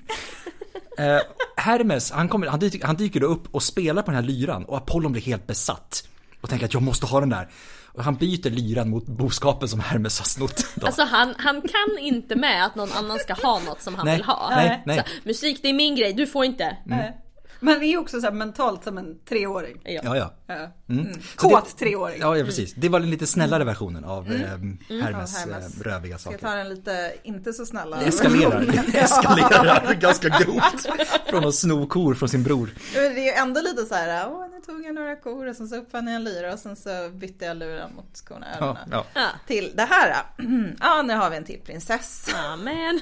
Hermes, han dyker då upp och spelar på den här lyran. Och Apollon blir helt besatt. Och tänker att jag måste ha den där. Och han byter lyran mot boskapen som Hermes har snott. Då. Alltså han kan inte med att någon annan ska ha något som han vill ha. Nej. Så, musik, det är min grej, du får inte. Men det är ju också så här mentalt som en 3-åring. Ja. Kåt 3-åring. Ja, precis. Det var den lite snällare versionen av Hermes röviga saker. Ska jag ta den lite inte så snälla? Det eskalerar ganska grovt. Från att sno kor från sin bror. Det är ju ändå lite så här, nu tog jag några kor och sen så uppfann jag en lyra och sen så bytte jag luren mot skorna öronen. Till det här. Ja, nu har vi en till prinsessa. Amen.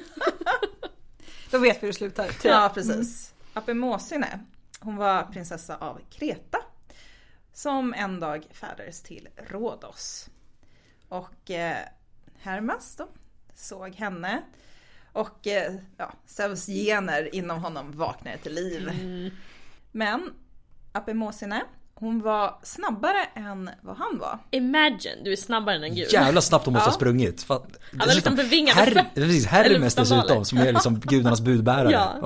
Då vet vi hur det slutar. Ja, precis. Apemosine, hon var prinsessa av Kreta som en dag färdades till Rhodos. Och Hermes då såg henne och Zeus gener inom honom vaknade till liv. Men Apemosine, hon var snabbare än vad han var. Imagine, du är snabbare än en gud. Jävla snabbt hon måste ha sprungit. Han har liksom bevingade Hermes dessutom, som är liksom gudarnas budbärare. Ja,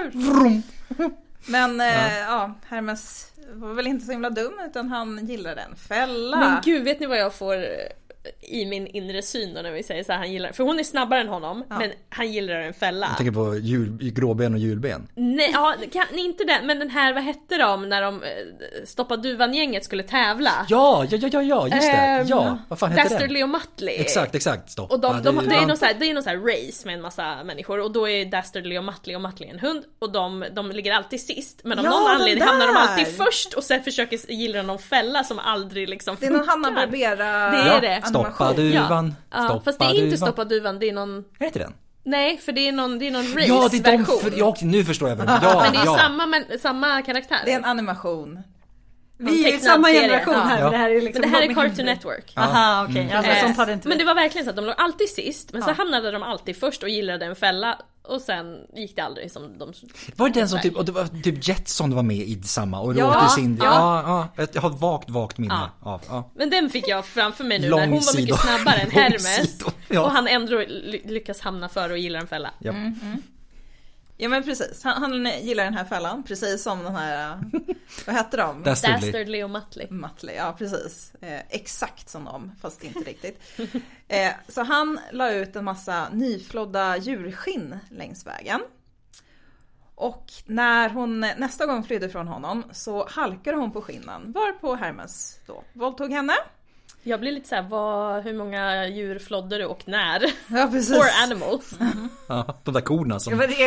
Men Hermes var väl inte så himla dum, utan han gillade en fälla. Men gud, vet ni vad jag får i min inre syn då när vi säger så här, han gillar, för hon är snabbare än honom, men han gillar en fälla. Jag tänker på gråben och julben. Nej, inte den, men den här, vad hette de när de Stoppa Duvan-gänget skulle tävla? Ja, just det. Vad fan hette det? Dastardly och Muttley. Exakt, stopp. Och det är någon så här race med en massa människor, och då är Dastardly och Muttley en hund, och de ligger alltid sist, men av någon anledning hamnar de alltid först och sen försöker gilla någon fälla som aldrig liksom funkar. Det är någon Hanna Barbera. Det är det. Stoppa duvan. Ja, fast det är inte Stoppa duvan, det är någon... Är det den? Nej, för det är någon race-version. Nu förstår jag väl. Men det är samma karaktär. Det är en animation. Vi är samma generation här. Men det här är liksom, men det här är Cartoon Network. Aha, okej. Men det var verkligen så att de låg alltid sist, men så hamnade de alltid först och gillade en fälla. Och sen gick det aldrig som de... Var det den som typ, och det var typ Jetson var med i samma, och det åkte sin... Jag har vagt minne av. Men den fick jag framför mig nu, när hon var mycket snabbare än Hermes. Och han ändå lyckas hamna för och gillar en fälla. Ja, men precis. Han gillar den här fällan, precis som den här, vad heter de? Dastardly och Muttley. Ja, precis. Exakt som de, fast inte riktigt. Så han la ut en massa nyflodda djurskinn längs vägen. Och när hon nästa gång flydde från honom så halkade hon på skinnen, varpå Hermes då våldtog henne. Jag blir lite så här, hur många djur flodde du och när? Ja, precis. Poor animals. Ja, de där korna som... Jag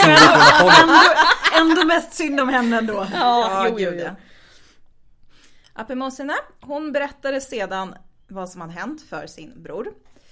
ändå mest synd om henne ändå. Jo. Apemosine, hon berättade sedan vad som hade hänt för sin bror.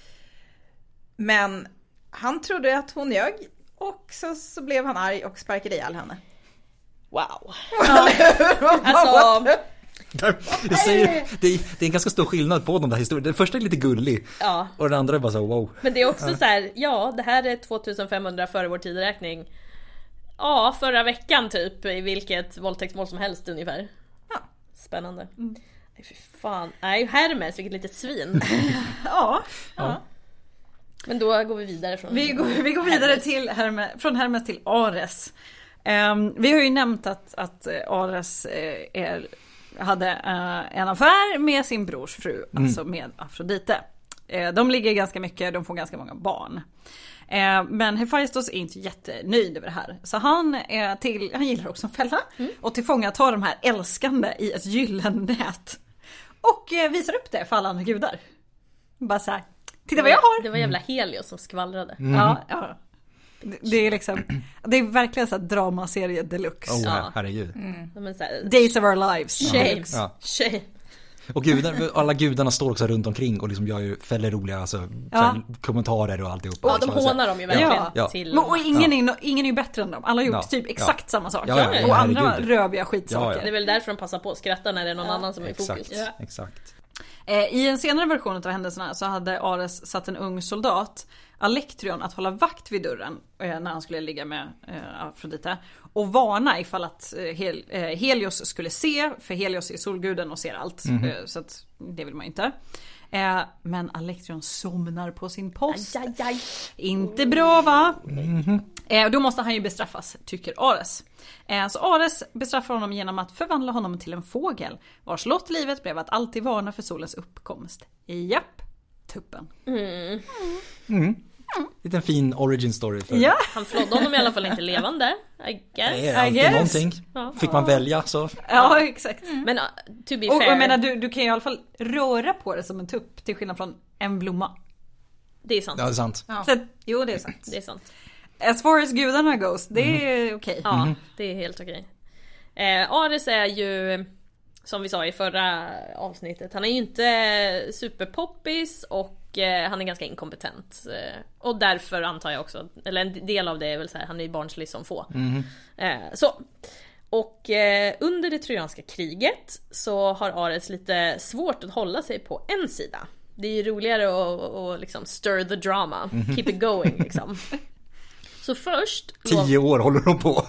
Men han trodde att hon ljög, och så blev han arg och sparkade ihjäl henne. Wow. Alltså... Det är en ganska stor skillnad på de där historierna. Den första är lite gullig, och den andra är bara så wow. Men det är också så här, det här är 2500 före vår tideräkning. Ja, förra veckan typ, i vilket våldtäktsmål som helst ungefär. Spännande. Nej, fy fan. Nej, Hermes, vilket litet svin. Ja. Men då går vi vidare från... Vi går vidare till från Hermes till Ares. Vi har ju nämnt att Ares är hade en affär med sin brors fru, alltså med Afrodite. De ligger ganska mycket, de får ganska många barn. Men Hephaistos är inte jättenöjd över det här. Så han gillar också att fälla och tillfångatar de här älskande i ett gyllennät. Och visar upp det för alla andra gudar. Bara så här, titta vad jag har! Det var jävla Helios som skvallrade. Ja. Det är liksom, det är verkligen så här dramaserie deluxe. Herregud. Men så här, Days of our lives. Shame. Och alla gudarna står också runt omkring och liksom gör ju fäller roliga kommentarer och alltihop. Ja, de hånar dem ju verkligen till. Och ingen är ju bättre än dem. Alla har gjort typ exakt samma sak. Och andra röviga skitsaker. Det är väl därför de passar på att skratta när det är någon annan som är i fokus. Exakt. I en senare version av händelserna så hade Ares satt en ung soldat, Alektrion, att hålla vakt vid dörren när han skulle ligga med Afrodite och varna ifall att Helios skulle se, för Helios är solguden och ser allt, så att det vill man inte. Men Alektrion somnar på sin post. Inte bra, va? Då måste han ju bestraffas, tycker Ares. Så Ares bestraffar honom genom att förvandla honom till en fågel, vars lott i livet blev att alltid varna för solens uppkomst. Japp, tuppen. Lite en fin origin story för. Han flådde honom i alla fall inte levande, I guess. Alltid någonting. Fick man välja så. Ja, exakt. Men to be och fair. Jag menar, du kan ju i alla fall röra på det som en tupp, till skillnad från en blomma. Det är sant. Ja, det är sant. Ja. Så, jo, det är sant. Det är sant. As far as gudarna goes, det är okej. Ja, det är helt okej. Ares är ju, som vi sa i förra avsnittet, han är ju inte superpoppis och han är ganska inkompetent. Och därför antar jag också, eller en del av det är väl så här, han är barnslig som få. Så. Och under det trojanska kriget så har Ares lite svårt att hålla sig på en sida. Det är ju roligare att liksom stir the drama, keep it going liksom. Så först 10 år håller de på.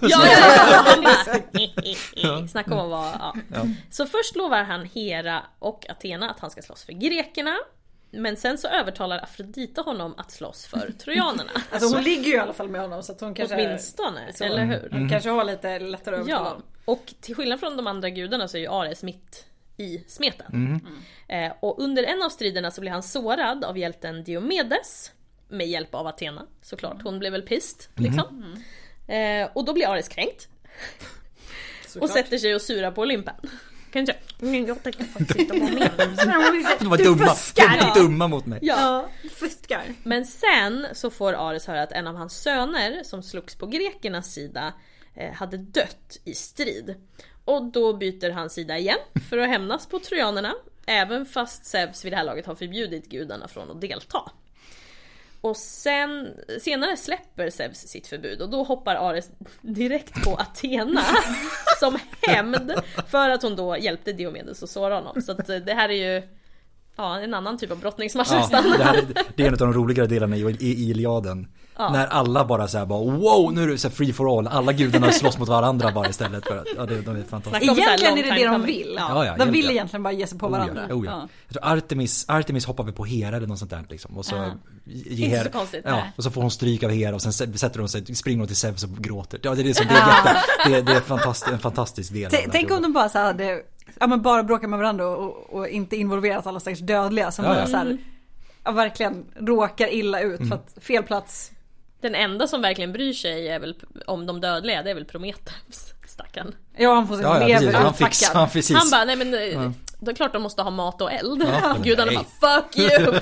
Snacka om att vara Så först lovar han Hera och Athena att han ska slåss för grekerna. Men sen så övertalar Afrodite honom att slåss för trojanerna. Alltså hon ligger ju i alla fall med honom, så att hon kanske åtminstone, eller hur? Hon kanske har lite lättare att övertala. Och till skillnad från de andra gudarna så är ju Ares mitt i smeten. Och under en av striderna så blir han sårad av hjälten Diomedes, med hjälp av Athena, såklart. Hon blev väl pissed, liksom. Och då blir Ares kränkt. Och sätter sig och surar på Olympen. Kan jag tänker faktiskt inte vara med. De var dumma mot mig. Ja, fuskar. Men sen så får Ares höra att en av hans söner som slogs på grekernas sida hade dött i strid. Och då byter han sida igen för att hämnas på trojanerna, även fast Zeus vid det här laget har förbjudit gudarna från att delta. Och senare släpper Zeus sitt förbud och då hoppar Ares direkt på Athena som hämnd för att hon då hjälpte Diomedes och såra honom. Så att det här är ju en annan typ av brottningsmatch nästan. Det är en av de roligare delarna i Iliaden. När alla bara så här wow, nu är det så free for all. Alla gudarna slåss mot varandra bara istället för att de är fantastiska. Egentligen är det de vill. De vill egentligen bara ge sig på varandra. Jag tror Artemis hoppar väl på Hera eller något sånt där liksom. Och så inte så konstigt. Och så får hon stryk av Hera och sen sätter hon sig, springer hon till Zeus och gråter. Ja, det är en fantastisk del. Tänk om de bara så hade bara bråkar med varandra och inte involverat alla stackars dödliga som bara så här, verkligen råkar illa ut för att fel plats. Den enda som verkligen bryr sig är väl om de dödliga, det är väl Prometheus, stackarn. Ja, han får sin lever utpackad. Han bara, nej men det är klart de måste ha mat och eld. Gudarna bara, fuck you.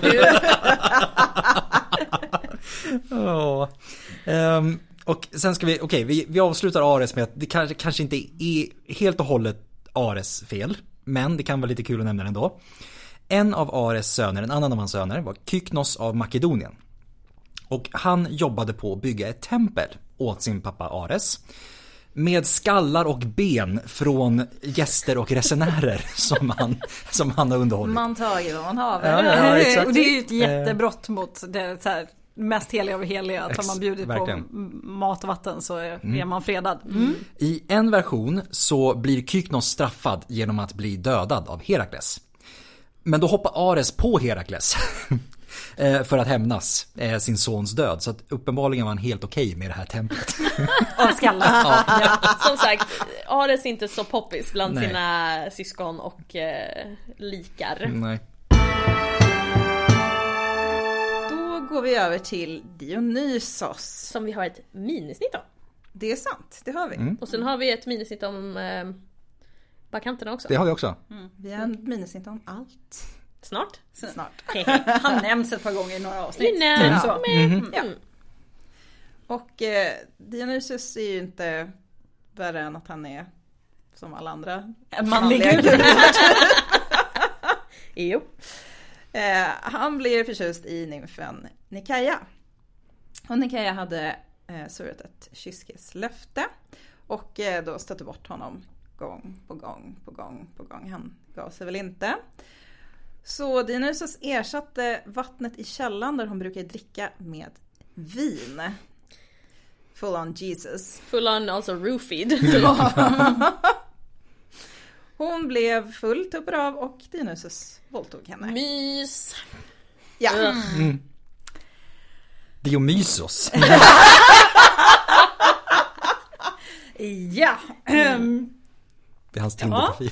Och sen ska vi avslutar Ares med att det kanske inte är helt och hållet Ares fel, men det kan vara lite kul att nämna ändå. En av Ares söner, en annan av hans söner, var Kyknos av Makedonien. Och han jobbade på att bygga ett tempel åt sin pappa Ares med skallar och ben från gäster och resenärer som han har underhållit. Man tar ju vad man har. Och det är ju ett jättebrott mot det så här mest heliga av heliga. Att har man bjudit på mat och vatten så är man fredad. I en version så blir Kyknos straffad genom att bli dödad av Herakles. Men då hoppar Ares på Herakles för att hämnas sin sons död. Så att uppenbarligen var han helt okej med det här templet. Av skallar. Som sagt, Ares är inte så poppis bland sina syskon och likar. Nej. Då går vi över till Dionysos. Som vi har ett minisnitt om. Det är sant, det har vi. Och sen har vi ett minisnitt om bakanterna också. Det har vi också. Vi har en minisnitt om allt. Snart. Han nämns ett par gånger i några avsnitt. Ja. Ja. Och Dionysus är ju inte värre än att han är som alla andra. En manlig gud. Jo. Han blir förtjust i nymfen Nikaia. Och Nikaia hade svurit ett kyskeslöfte. Och då stötte bort honom gång på gång. Han gav sig väl inte. Så Dionysus ersatte vattnet i källan där hon brukar dricka med vin. Full on Jesus. Full on also roofied. Hon blev full, tuppar av och Dionysus våldtog henne. Mys. Ja. Dionysos. Ja. Det är hans Tinder-profil.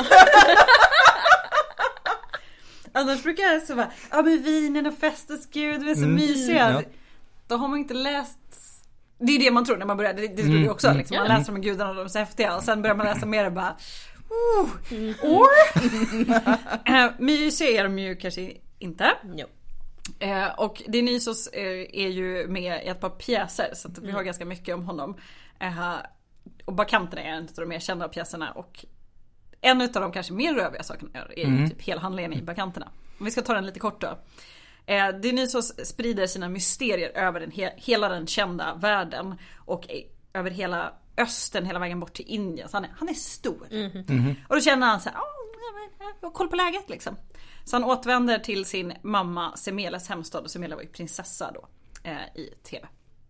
Annars brukar jag så vara, men vinen och festens gud, vi är så mysiga. Ja. Då har man inte läst. Det är det man tror när man börjar. Det tror jag också. Liksom. Man läser om gudarna och de är så häftiga. Och sen börjar man läsa mer och bara mysiga är de ju kanske inte. Jo. Och Dionysos är ju med i ett par pjäser. Så att vi har ganska mycket om honom. Och bakanterna är en av de mer kända pjäserna. Och en av de kanske mer röviga sakerna är ju typ hela handlingen i bakanterna. Om vi ska ta den lite kort då. Dionysos sprider sina mysterier över hela den kända världen. Och över hela östern, hela vägen bort till Indien. Så han är stor. Och då känner han så här, jag har koll på läget liksom. Så han återvänder till sin mamma Semeles hemstad. Och Semele var ju prinsessa då i tv.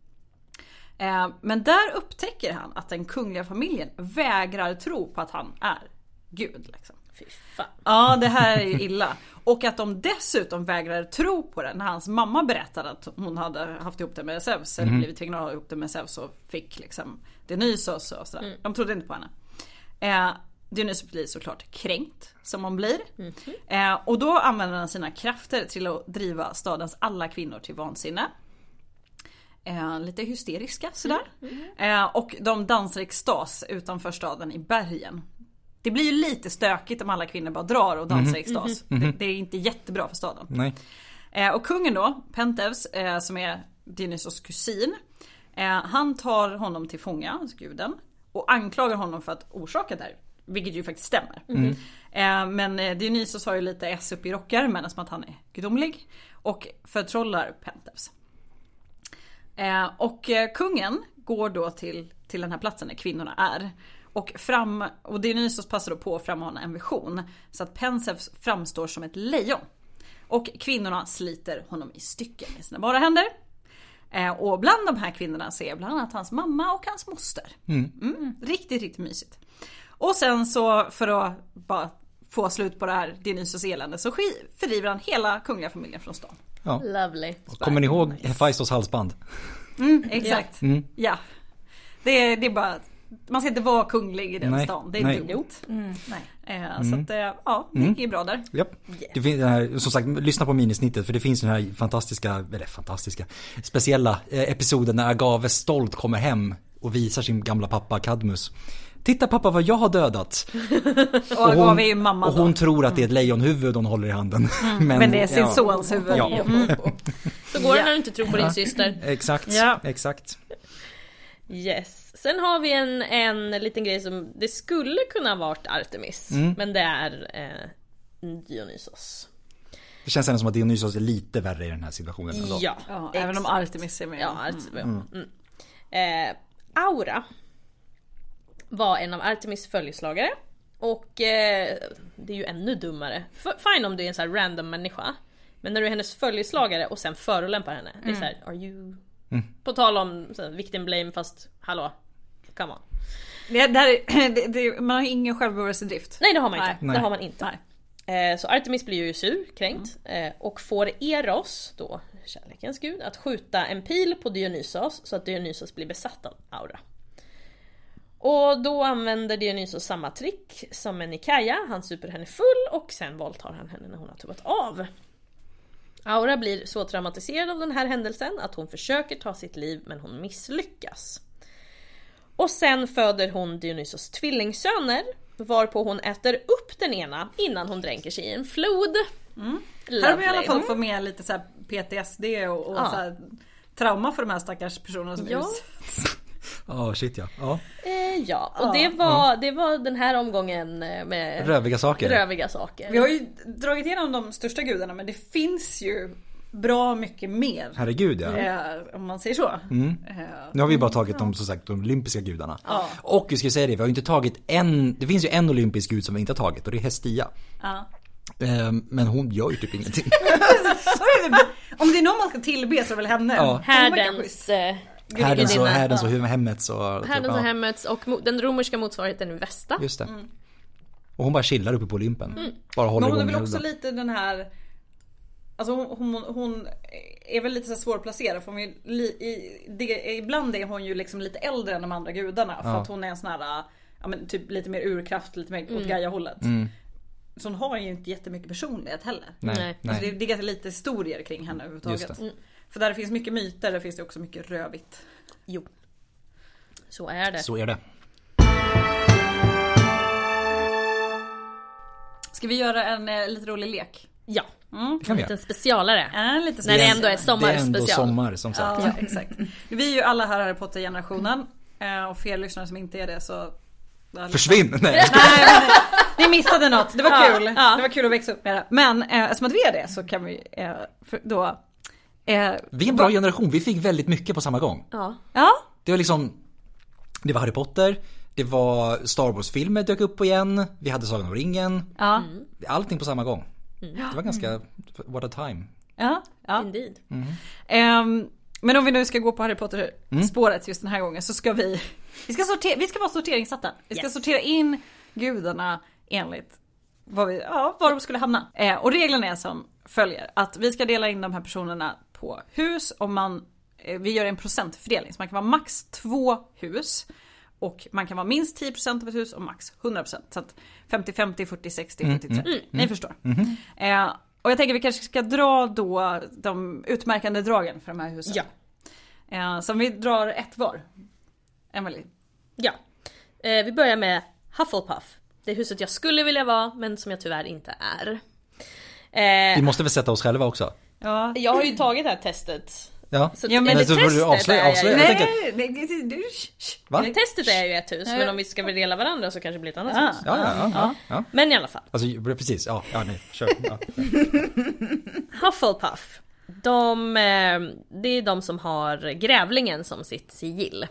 Men där upptäcker han att den kungliga familjen vägrar tro på att han är Gud liksom. Fy fan. Ja, det här är ju illa. Och att de dessutom vägrar tro på det när hans mamma berättade att hon hade haft ihop det med Zeus. Eller blivit tvingad att ha ihop det med Zeus och fick liksom Dionysos och sådär. De trodde inte på henne. Dionysos blir såklart kränkt som hon blir. Och då använder han sina krafter till att driva stadens alla kvinnor till vansinne. Lite hysteriska sådär. Och de dansar extas utanför staden i bergen. Det blir ju lite stökigt om alla kvinnor bara drar och dansar extas. Det är inte jättebra för staden. Nej. Och kungen då, Pentheus, som är Dionysos kusin, han tar honom till fånga, alltså guden, och anklagar honom för att orsaka det här. Vilket ju faktiskt stämmer. Men Dionysos har ju lite S upp i rockärmen som att han är gudomlig. Och förtrollar Pentheus. Och kungen går då till den här platsen där kvinnorna är. Och Dionysos passar då på att frammana en vision. Så att Pentheus framstår som ett lejon. Och kvinnorna sliter honom i stycken med sina bara händer. Och bland de här kvinnorna ser bland annat hans mamma och hans moster. Riktigt, riktigt mysigt. Och sen så för att bara få slut på det här Dionysos elände så fördriver han hela kungliga familjen från stan. Ja. Lovely. Kommer ni ihåg Hephaistos halsband? Exakt. Ja. Det är bara, man ska inte vara kunglig i den stan. Det är dumt. Så att det är bra där. Japp. Det finns här, som sagt, lyssna på minisnittet för det finns den här fantastiska speciella episoden när Agave stolt kommer hem och visar sin gamla pappa Cadmus. Titta pappa vad jag har dödat. Och Agave är ju mamma och hon tror att det är ett lejonhuvud hon håller i handen. Men det är sin sons huvud. Ja. Så går det när du inte tror på din syster. Exakt. Yes. Sen har vi en liten grej som det skulle kunna ha varit Artemis. Men det är Dionysos. Det känns ändå som att Dionysos är lite värre i den här situationen. Ja, även om Artemis är med. Ja, Artemis är med. Aura var en av Artemis följeslagare. Och det är ju ännu dummare. Fine om du är en sån här random människa. Men när du är hennes följeslagare och sen förolämpar henne. Det är så här, are you... På tal om victim blame, fast hallå, come on. Man har ingen självbevarelsedrift. Nej, det har man inte. Nej. Det har man inte. Så Artemis blir ju sur, kränkt. Och får Eros, då kärlekens gud, att skjuta en pil på Dionysos så att Dionysos blir besatt av Aura. Och då använder Dionysos samma trick som med Nikaia. Han super henne full och sen våldtar han henne när hon har tuppat av. Aura blir så traumatiserad av den här händelsen att hon försöker ta sitt liv men hon misslyckas. Och sen föder hon Dionysos tvillingsöner, varpå hon äter upp den ena innan hon dränker sig i en flod. Här har vi i alla fall fått med lite så här PTSD och så här trauma för de här stackars personerna som utsätts. Shit ja. Ja, och det var den här omgången med röviga saker. Vi har ju dragit igenom de största gudarna, men det finns ju bra mycket mer. Herregud om man säger så. Nu har vi bara tagit de olympiska gudarna. Och vi ska säga det, vi har ju inte tagit det finns ju en olympisk gud som vi inte har tagit, och det är Hestia. Men hon gör ju typ ingenting. Om det är någon man ska tillbe så är väl henne. Härdens och hemmets och hemmets och den romerska motsvarigheten i Vesta. Just det. Och hon bara chillar uppe på Olympen. Bara håller igång. Men hon är väl också lite den här, alltså hon är väl lite så svårplacerad, för ibland är hon ju liksom lite äldre än de andra gudarna, för att hon är en sån här typ lite mer urkraft, lite mer åt Gaia-hållet. Så hon har ju inte jättemycket personlighet heller. Nej. Alltså det är ganska lite historier kring henne överhuvudtaget. För där det finns mycket myter, där finns det också mycket rövigt. Jo. Så är det. Ska vi göra en lite rolig lek? Ja. En liten specialare. När det ändå är sommar. Det är ändå sommar, som sagt. Ja, exakt. Vi är ju alla här Harry Potter-generationen. Och för er lyssnare som inte är det så... Försvinn! Nej, ni missade något. Det var kul. Det var kul att växa upp med det. Men eftersom att vi är det så kan vi då... vi är en bra generation. Vi fick väldigt mycket på samma gång. Ja. Det var liksom... Det var Harry Potter. Det var Star Wars-filmer dök upp igen. Vi hade Sagan om ringen. Allting på samma gång. Det var ganska... What a time. Ja. Indeed. Men om vi nu ska gå på Harry Potter-spåret just den här gången, så ska vi ska vara sorteringssatta. Vi ska sortera in gudarna enligt var de skulle hamna. Och reglerna är som följer, att vi ska dela in de här personerna på hus, och vi gör en procentfördelning, så man kan vara max 2 hus, och man kan vara minst 10% av ett hus och max 100%. Så att 50-50, 40-60, 70-30. Ni förstår. Och jag tänker vi kanske ska dra då de utmärkande dragen för de här husen. Ja. Så om vi drar ett var. Emily. Ja. Vi börjar med Hufflepuff. Det är huset jag skulle vilja vara, men som jag tyvärr inte är. Vi måste väl sätta oss själva också. Ja. Jag har ju tagit det här testet. Ja. Så men så får du avslöja. Testet är ju ett hus, men om vi ska värdera varandra så kanske det blir ett annat hus. Ja. Men i alla fall. Alltså precis. Nej, kör. Ja. Hufflepuff. Det är de som har grävlingen som sitt sigill.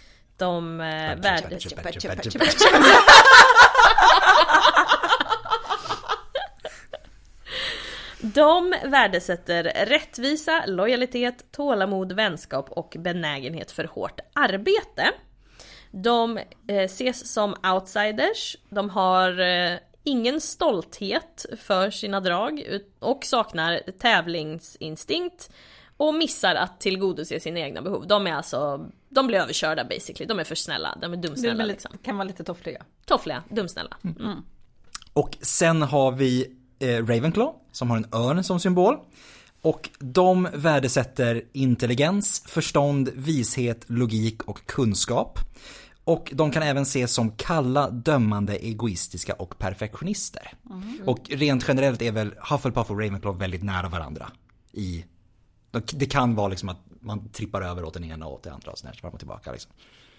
De värdesätter rättvisa, lojalitet, tålamod, vänskap och benägenhet för hårt arbete. De ses som outsiders. De har ingen stolthet för sina drag och saknar tävlingsinstinkt och missar att tillgodose sina egna behov. De blir överkörda basically. De är för snälla, de är dumsnälla liksom. Kan vara lite toffliga, dumsnälla. Och sen har vi Ravenclaw som har en örn som symbol. Och de värdesätter intelligens, förstånd, vishet, logik och kunskap. Och de kan även ses som kalla, dömande, egoistiska och perfektionister. Och rent generellt är väl Hufflepuff och Ravenclaw väldigt nära varandra. Det kan vara liksom att man trippar över åt den ena och åt den andra och sådär, fram och tillbaka liksom.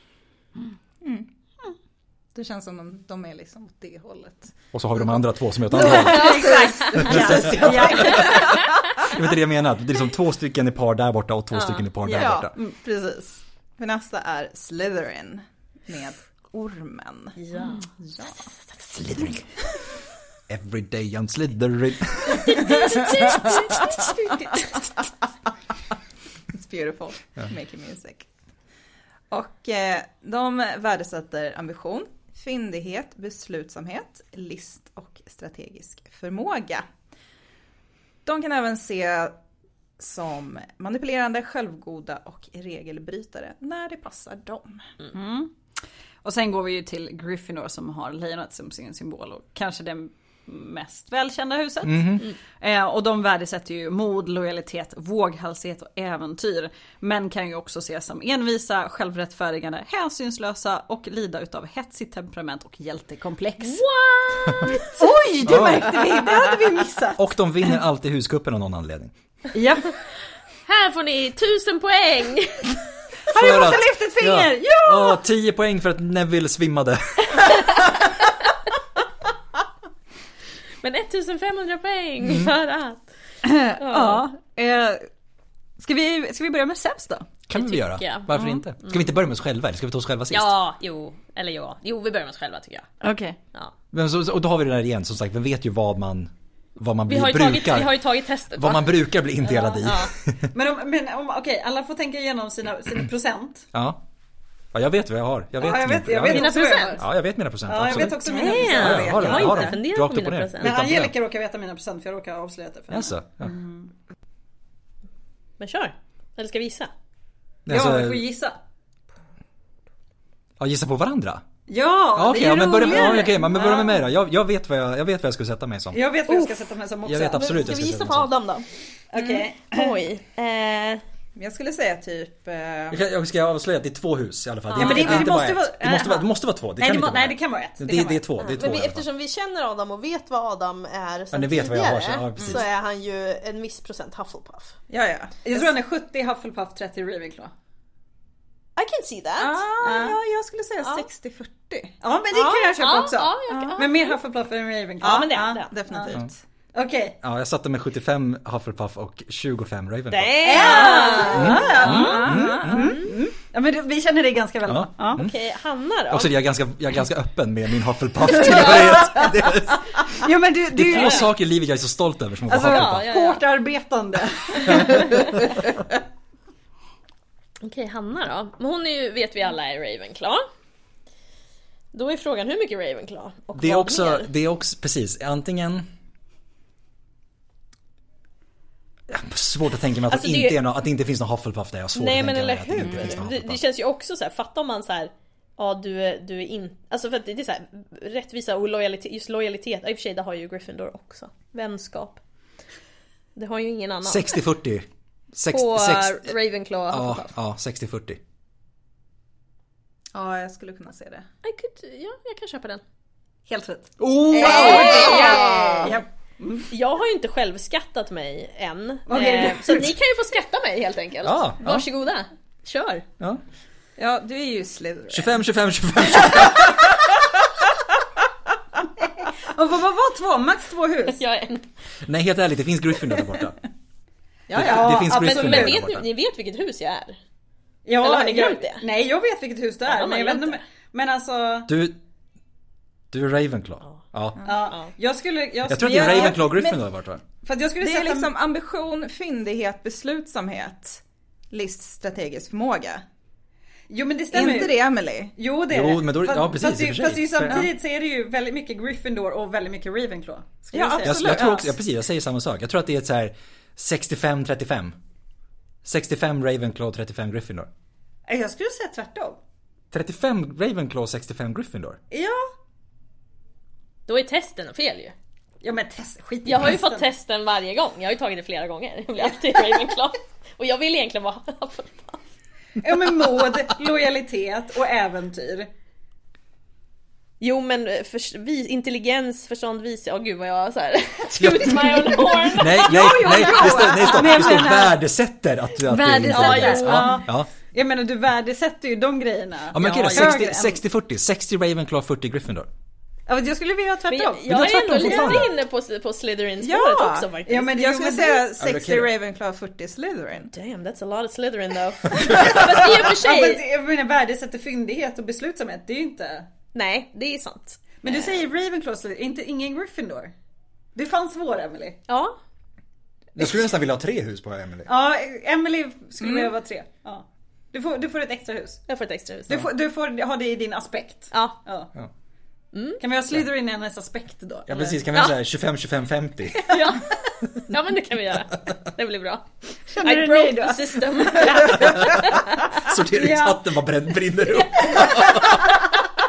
Det känns som de är liksom åt det hållet. Och så har vi de andra två som är åt andra hållet. Jag vet inte det jag menar. Det är liksom 2 stycken i par där borta och 2 stycken i par där borta. Precis. För nästa är Slytherin med ormen. Ja. Slytherin. Every day I'm Slytherin. It's beautiful. Making music. Och de värdesätter ambition, fyndighet, beslutsamhet, list och strategisk förmåga. De kan även se som manipulerande, självgoda och regelbrytare när det passar dem. Och sen går vi ju till Gryffindor som har lejonet som sin symbol och kanske den mest välkända huset. Och de värdesätter ju mod, lojalitet, våghalsighet och äventyr. Men kan ju också ses som envisa, självrättfärdigande, hänsynslösa och lida utav hetsigt temperament och hjältekomplex. What? Oj, det märkte vi! Det hade vi missat! Och de vinner alltid huskuppen av någon anledning. Ja. Här får ni 1000 poäng! Harry Potter lyft ett finger! Ja! 10 poäng för att Neville svimmade. Men 1500 poäng för att... Ja. Ska vi börja med sämst då? Kan vi göra? jag. Varför inte? Ska vi inte börja med oss själva? Eller ska vi ta oss själva sist? Ja, jo, vi börjar med oss själva tycker jag. Okej. Ja. Men och då har vi det där igen, som sagt, vi vet ju vad man Vi har ju tagit testet. Vad man brukar bli indelad i. Ja. Men okej, alla får tänka igenom sina procent. Ja. Ja, jag vet vad jag har. Jag vet Mina procent? Ja, jag vet mina procent. Ja, jag vet också mina procent. Jag har inte funderat på mina procent. Men Angelica råkar veta mina procent för jag råkar avslöja det för henne. Alltså, ja. Men kör. Eller ska vi gissa? Ja, vi får gissa. Ja, gissa på varandra? Ja, okej, men börja med mig då. Jag vet vad jag ska sätta mig som. Jag vet vad jag ska sätta mig som också. Jag vet absolut. Ska vi gissa på Adam då? Okej. Oj. Jag skulle säga typ... Jag ska avslöja att det är 2 hus i alla fall. Ja, men det måste vara... Det måste vara 2. Nej, det kan vara 1. Det är 2. Men eftersom vi känner Adam och vet vad Adam är sen ni vet vad jag har, tidigare, så är han ju en viss procent Hufflepuff. Ja. Jag tror han är 70 Hufflepuff, 30 Ravenclaw. I can see that. Ja, jag skulle säga 60-40. Ja, men det kan jag köpa också. Ja. Men mer Hufflepuff än Ravenclaw. Ja, men det. Definitivt. Okej. Ja, jag satte med 75 Hufflepuff och 25 Ravenclaw. Ja, men vi känner det ganska väl. Ja. Okej, Hanna då? Också jag är ganska öppen med min Hufflepuff-tillhörighet. Ja, men Det är få saker i livet jag är så stolt över som att vara Hufflepuff. Hårt arbetande. Okej, Hanna då? Men hon är ju, vet vi alla, är Ravenclaw. Då är frågan hur mycket Ravenclaw och Det är mer? också precis, antingen... Svårt att tänka mig att, Alltså, att det inte finns någon Hufflepuff där. Jag har svårt Nej, att men tänka eller mig att det inte finns någon hur? Hufflepuff. Det känns ju också så här, fatta om man så här, ja du är in, alltså för att det är så här, rättvisa och lojalitet, just lojalitet, i och för sig det har ju Gryffindor också. Vänskap. Det har ju ingen annan. 60-40. På Ravenclaw och Hufflepuff. Ja, 60-40. Ja, jag skulle kunna se det. Jag kan köpa den. Helt rätt. Ja. Jag har ju inte själv skattat mig än. Så ni kan ju få skatta mig helt enkelt. Ja. Varsågoda. Kör. Ja, du är ju Slytherin. 25. Och vad var 2? Max 2 hus? Jag är en. Nej, helt ärligt, det finns Gryffindor där borta. Ja, det finns Gryffindor Men där borta. ni vet vilket hus jag är? Ja, eller har ni glömt det? Nej, jag vet vilket hus det är. Men jag vet inte. Men alltså... Du är Ravenclaw. Ja. Jag tror att det är Ravenclaw och Gryffindor där borta. För att jag skulle Det sätta... är liksom ambition, fyndighet, beslutsamhet, list, strategisk förmåga. Jo, men det stämmer. Inte det Emily? Jo, det är det. Men då, precis. Fast ju samtidigt så är det ju väldigt mycket Gryffindor och väldigt mycket Ravenclaw. Jag tror också, precis, jag säger samma sak. Jag tror att det är ett så här 65-35. 65 Ravenclaw, 35 Gryffindor. Jag skulle säga tvärtom. 35 Ravenclaw, 65 Gryffindor. Ja. Då är testen fel ju. Ja, men skit i Jag har ju testen. fått testen varje gång. Jag har ju tagit det flera gånger. Jag blir alltid Ravenclaw. Och jag vill egentligen vara Hufflepuff. Ja, men mod, lojalitet och äventyr. Jo, men intelligens, förstånd, gud vad jag så här toot my own horn. Nej, stopp. Du står värdesätter att du Värdesätter, ja. Jag menar, du värdesätter ju de grejerna. Ja, men okej då, 60-40. 60 Ravenclaw, 40 Gryffindor. Ja, jag skulle vilja ha tvärtom. Jag är ändå lite inne på Slytherin-spåret också faktiskt. Ja, men jag skulle säga 60 Ravenclaw, 40 Slytherin. Damn, that's a lot of Slytherin though. Fast i och för sig... Jag menar, värdesätter fyndighet och beslutsamhet, det är ju inte... Nej, det är sant. Men du säger Ravenclaw, inte ingen Gryffindor. Det fanns svår, Emily. Ja. Jag skulle nästan vilja ha 3 hus på Emily. Ja, Emily skulle vilja vara 3. Ja. Du får ett extra hus. Jag får ett extra hus. Du får ha det i din aspekt. Ja. Kan vi ha Slytherin i hennes aspekt då? Ja, precis. Kan vi säga 25-25-50? Ja, men det kan vi göra. Det blir bra. Känner du I broke då? the system. Sorteringshatten bara brinner upp.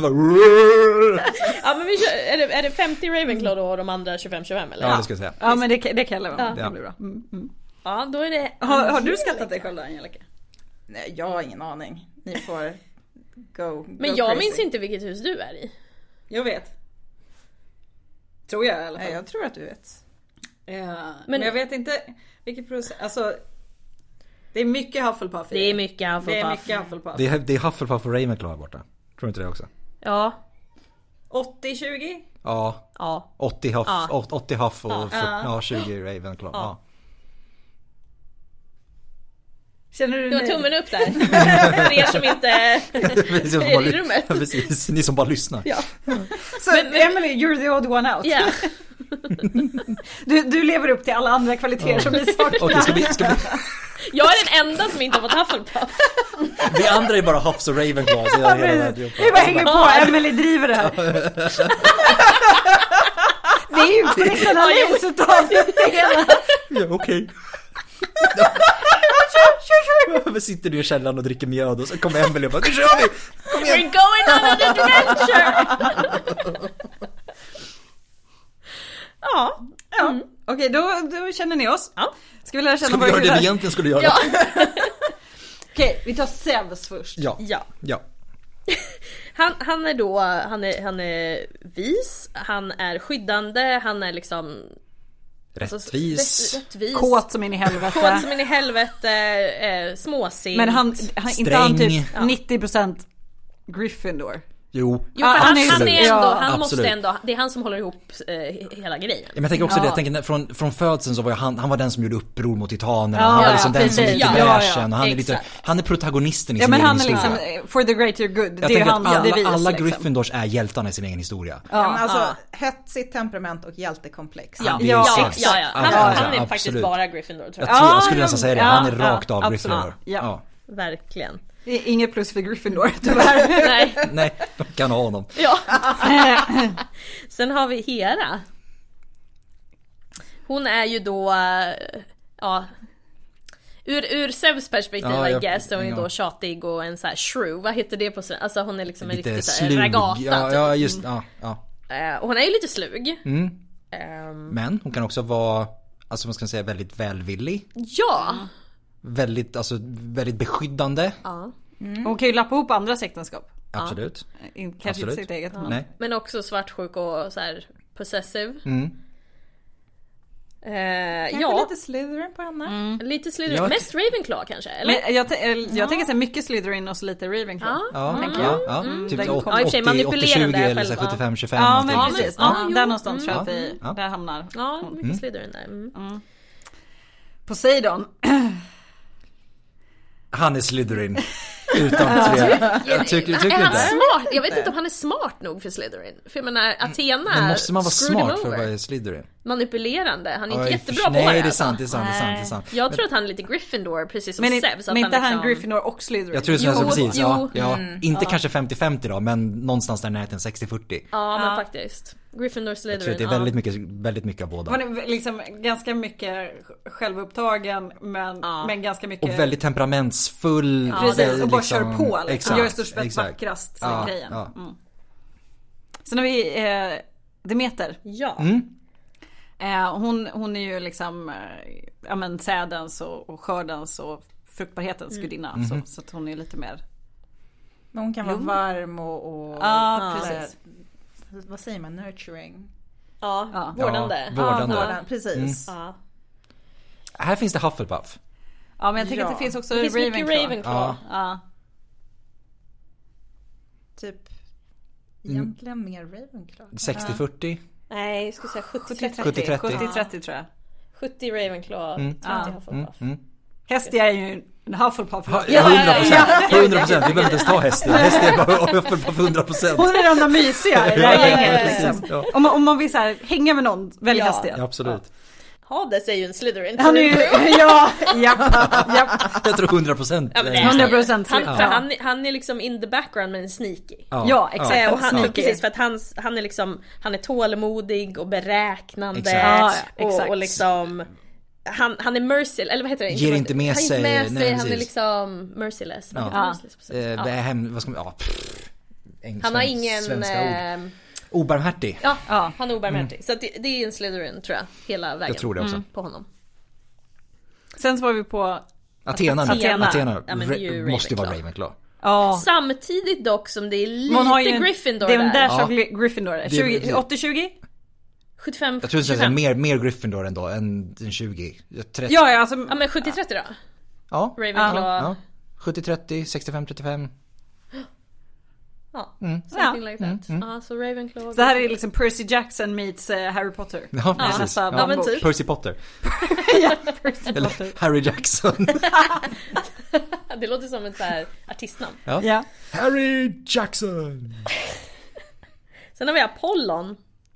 Ja, men vi kör, är det 50 Ravenclaw då och de andra 25-25 eller? Ja, det ska jag säga. Ja, men det kan jag leva med. Ja. Det blir bra. Ja, då är det... Har du skattat dig själv då, Angelica? Nej, jag har ingen aning. Ni får go Men jag crazy. minns inte vilket hus du är i. Jag vet. Tror jag i alla fall. Nej, jag tror att du vet. Men jag vet inte vilket procent. Alltså, det är mycket Hufflepuff i Det är mycket Hufflepuff. Det är mycket Hufflepuff. Det är Hufflepuff och Ravenclaw här borta. Tror du inte det också? Ja. 80-20? Ja. Ja. 80 Huff, Ja. 80 Huff och 20 Ravenclaw. Ja. Känner du Det var nej? tummen upp där. För er som inte är i rummet. Ja, precis. Ni som bara lyssnar. Ja. Så Emily, you're the odd one out. Ja. Du lever upp till alla andra kvaliteter som vi saknar. Okej, ska vi... Jag är den enda som inte har fått Hufflepuff. Vi andra är bara Huffs och Ravenclaw. Så jag hela vägen upp. Vi bara hänger på, Emily driver det här. Det är ju korrekt analys utav det hela. Ja, okej. Varför sitter du i källaren och dricker mjöd och så kommer Emily och bara, nu kör vi! Kom igen! We're going on an adventure! Ja. Okej, då känner ni oss. Ja. Ska vi lära känna Ska vi vad göra det vi gör? egentligen skulle göra? Ja. Okej, vi tar Sevs först. Ja. Ja. Han är då, han är vis, han är skyddande, han är liksom Rättvis. rättvis. Kåt som in i helvete. Kåt som in i helvete, småsint. Men han inte han typ Ja. 90% Gryffindor. Jo. Jo, för han är absolut. ändå, Ja, han absolut. måste ändå, det är han som håller ihop hela grejen. Men jag tänker också Ja. det, jag tänker från födseln så var han var den som gjorde uppror mot titanerna. Ja, Han var ja, liksom den som precis. gick i Ja, bräschen. ja, exakt. Han är protagonisten i Ja, sin men egen han är historia. liksom for the greater good. Jag Det är tänker hans att devis. alla liksom. Gryffindors är hjältarna i sin egen historia. Ja, men alltså, Ja. hetsigt temperament och hjältekomplex. Ja, Det är ja, sex. ja, ja. Han är Absolut. faktiskt bara Gryffindor tror jag. Jag skulle nästan säga det, han är rakt av absolut. Gryffindor. Ja. Verkligen. Det är inget plus för Gryffindor, tyvärr. Nej. Nej, de kan ha honom. Ja. Sen har vi Hera. Hon är ju då, ja, ur Sevs perspektiv I guess är hon ju då tjatig och en så här shrew. Vad heter det på sin? Alltså hon är liksom en riktigt så här slug. ragata. Ja, just, ja. Och hon är ju lite slug. Men hon kan också vara, alltså man ska säga väldigt välvillig. Ja. Väldigt beskyddande. Ja. Hon kan ju lappa ihop andras äktenskap. Absolut. Kanske Absolut. inte sitt eget. Men... Nej. Men också svartsjuk och så här possessive. Kanske lite Slytherin på henne. Lite Slytherin. Jag- Mest Ravenclaw kanske, eller? Men jag tänker så här, mycket Slytherin och så lite Ravenclaw. Ja. Tänker jag. Typ Den 80, kom- Ja, i och för sig 80-20 manipulerande eller så själva. 75-25. Ja, men någonting. precis. Ja, Ja, jo. där någonstans tror jag att vi Ja. där hamnar. Ja, mycket Slytherin där. Poseidon. Han är Slytherin. Utan tvekan. Jag tycker Är han inte. smart? Jag vet inte om han är smart nog för Slytherin. För jag menar, Athena Men måste man vara screwed him smart för att over. vara Slytherin? Manipulerande. Han är inte Oj, jättebra på nej, det. det är alltså. sant, det är sant, det är sant. Jag tror att han är lite Gryffindor, precis som Men, Sev. men inte han Gryffindor och Slytherin? Jag tror det är så precis. Jo. Ja. Inte kanske 50-50 då, men någonstans där närheten 60-40. Ja, men faktiskt. Gryffindor, Jag tror Slytherin. att det är väldigt mycket av båda. Man är liksom ganska mycket självupptagen men ganska mycket... Och väldigt temperamentsfull. Precis, och bara liksom, kör på liksom. Exakt, Gör störst bäst exakt. vackrast Ja, grejen. ja. Sen har vi Demeter. Ja. Hon är ju liksom ja, men sädens och skördens och fruktbarhetens gudinna. Så att hon är lite mer... Men hon kan vara varm och Ja, precis. vad säger man? Nurturing. Ja, vårdande. Ja, vårdande. Vården, precis. Ja. Här finns det Hufflepuff. Ja, men jag tänker Ja. att det finns också Det finns mycket Ravenclaw. Ravenclaw. Ja. Typ egentligen mer Ravenclaw. 60-40. Nej, jag skulle säga 70-30. 70-30. 70-30 tror jag. 70 Ravenclaw, 30 Hufflepuff. Hestia är ju en Hufflepuff. Ja, 100%. 100%. Vi behöver inte ens ta Hästia. Hästia är bara Hufflepuff 100%. Hon är den där mysiga i det här gänget liksom. Ja. Om man vill så här, hänga med någon, välj Ja. Hestia. Ja, absolut. Hades är ju en Slytherin. Han är ju, japp. Jag tror 100%. Ja, men det är 100% han är liksom in the background men sneaky. Ja, exakt. Och han, Sneaky. precis, för att han är liksom, han är tålmodig och beräknande. Exakt. Ja, exakt. Och liksom han är merciless, eller vad heter det? Ger inte med sig. Han är inte med sig, Nej, han är precis. liksom merciless. Vad heter Ja. merciless på svenska? Vad ska man, Han har ingen... svenska ord. Obarmhärtig. Ja, han är obarmhärtig. Så det är en Slytherin tror jag, hela vägen. Jag tror det också. På honom. Sen så var vi på Athena. Ja, men det är ju måste ju vara Ravenclaw. Ravenclaw. Ja. Samtidigt dock som det är lite Gryffindor det är en där. dash av Gryffindor. 80-20? 75. Jag tror det är mer Gryffindor ändå än 20. 30. Ja, alltså... Ja, men 70-30 då? Ja. Ravenclaw. Ja. 70-30, 65-35. Ja, something like that. Ja, så Ravenclaw. Så här är liksom Percy Jackson meets Harry Potter. Ja, precis. Ja, men typ. Percy Potter. Ja, Percy Eller Potter. Harry Jackson. Det låter som ett så här artistnamn. Ja. Harry Jackson. Sen har vi Apollon.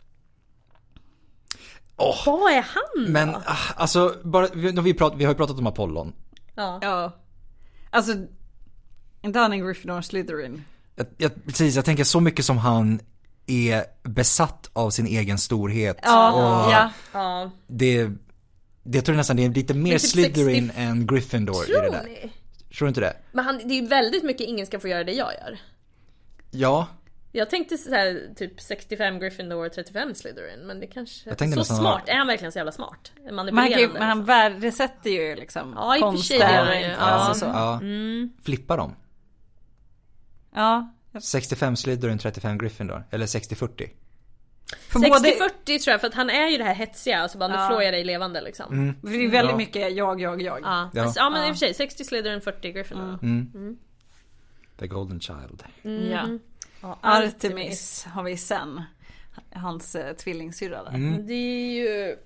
Vad är han då? Men alltså, vi har ju pratat om Apollon. Ja. Alltså, inte han en Gryffindor Slytherin. Precis, jag tänker så mycket som han är besatt av sin egen storhet. Ja. Det tror jag nästan det är lite mer typ Slytherin än Gryffindor i det där. Ni? Tror du inte det? Men det är ju väldigt mycket ingen ska få göra det jag gör. Ja. Jag tänkte så här, typ 65 Gryffindor, 35 Slytherin. Men det kanske... Jag tänkte så nästan smart. Är han verkligen så jävla smart? Men han värdesätter ju liksom ja, i och för sig gör han ju. alltså så. Ja. Flippa dem. Ja. 65 Slytherin, 35 Gryffindor. Eller 60-40. 60-40 tror jag, för att han är ju det här hetsiga. Alltså bara, nu flår jag dig levande liksom. För det är väldigt mycket jag. Ja, men i och för sig 60 Slytherin, 40 Gryffindor. The Golden Child. Ja. Artemis har vi sen. Hans tvillingsyrra där. Det är ju...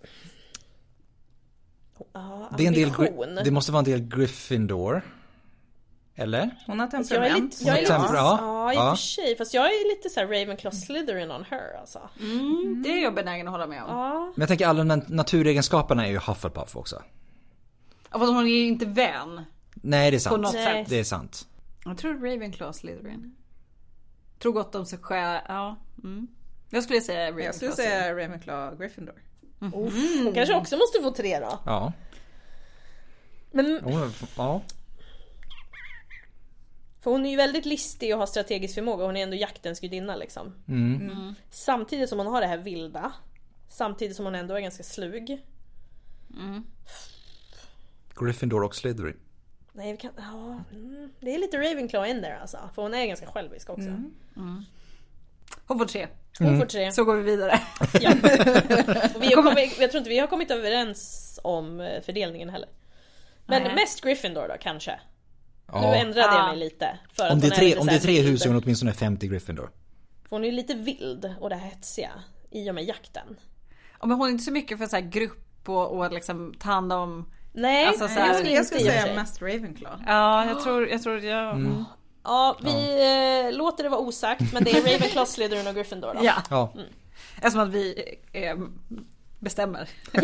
Det är en del, det måste vara en del Gryffindor. Eller? Hon har Jag är temperament. lite, Ja, i och för sig. Fast jag är lite så här Ravenclaw Slytherin on her alltså. Det är jag benägen att hålla med om. Men jag tänker alla naturegenskaperna är ju Hufflepuff också. Ja, fast hon är ju inte vän. Nej, det är sant. På något sätt. Det är sant. Jag tror Ravenclaw Slytherin. Tror gott om sig själv. Ja. Jag skulle säga Ravenclaw. Jag skulle säga Ravenclaw Gryffindor. Hon kanske också måste få 3 då. Ja. Men... Ja. För hon är ju väldigt listig och har strategisk förmåga. Hon är ändå jaktens gudinna liksom. Samtidigt som hon har det här vilda. Samtidigt som hon ändå är ganska slug. Gryffindor och Slytherin. Nej, det är lite Ravenclaw in där alltså. För hon är ganska självisk också. Hon får 3. Hon får 3. Så går vi vidare. Ja. Och jag tror inte vi har kommit överens om fördelningen heller. Men mest Gryffindor då kanske. Nu ändrade jag mig lite. För om det är 3 hus så är hon åtminstone 50 Gryffindor. För hon är ju lite vild och det här hetsiga i och med jakten. Ja, men hon är inte så mycket för så här grupp och liksom ta hand om. Nej, alltså, så här, jag skulle säga mest Ravenclaw. Ja, jag tror Ja, vi låter det vara osagt. Men det är Ravenclaw, Slytherin och Gryffindor då. Ja. Eftersom att vi bestämmer.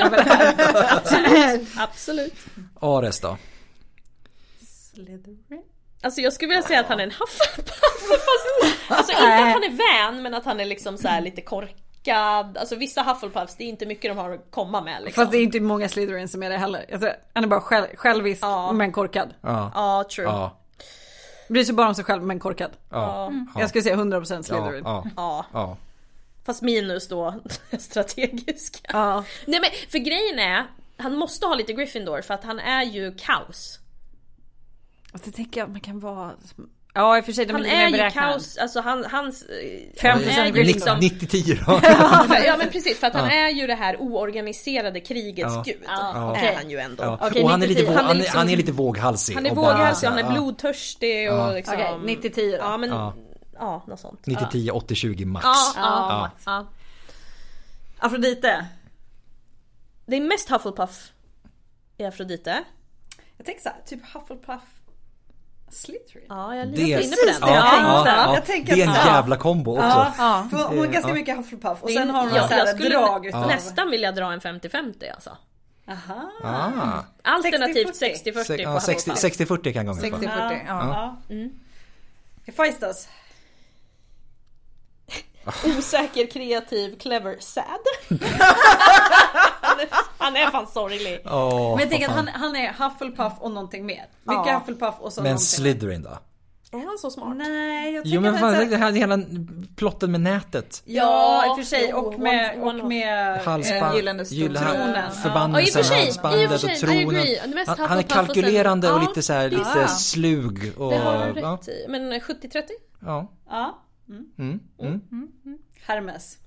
Absolut. Ares då? Slytherin. Alltså jag skulle vilja säga att han är en Hufflepuff. Alltså inte att han är vän, men att han är liksom så här lite korkad. Alltså vissa Hufflepuffs, det är inte mycket de har att komma med liksom. Fast det är inte många Slytherin som är det heller. Jag tror, han är bara självisk men korkad. Ja, true. Ja. Bryr sig bara om sig själv men korkad. Jag skulle säga 100% Slytherin. Ja. Fast minus då strategisk. Ja. Nej men för grejen är, han måste ha lite Gryffindor för att han är ju kaos. Det tänker jag man kan vara. Ja, i och för sig han är ju kaos, alltså hans 5% Gryffindor. 90-10 då. Ja men precis, för att han är ju det här oorganiserade krigets gud. Är han ju ändå. Och han är lite våghalsig. Han är våghalsig, han är blodtörstig och liksom. Okej, 90-10 då. Ja men något sånt. 90-10, 80-20 max. Ja. Afrodite. Det är mest Hufflepuff i Afrodite. Jag tänker så här, typ Hufflepuff Slytherin. Ja, jag är lite inne på den. Jag tänker det är en jävla kombo också. För hon är ganska mycket Hufflepuff och sen har hon jag skulle drag utav. Nästan vilja dra en 50-50 alltså. Aha. Alternativt 60-40 på Hufflepuff. 60-40 kan gånga på. 60-40, ja. Hephaistos. Osäker, kreativ, clever, sad. Han är fan sorglig. Men jag tänker att han är Hufflepuff och någonting mer. Mycket Hufflepuff och så men någonting. Slytherin då? Är han så smart? Nej, jag Jo tänker men fan, att det här hela plotten med nätet. Ja, i och för sig. Och med Halsband, Gyllene tronen. förbannelsen, Ja, halsbandet och I tronen. agree. Det mest Han är kalkylerande och lite så här, lite slug och det har du rätt i. Men 70-30? Ja. Ja. Hermes.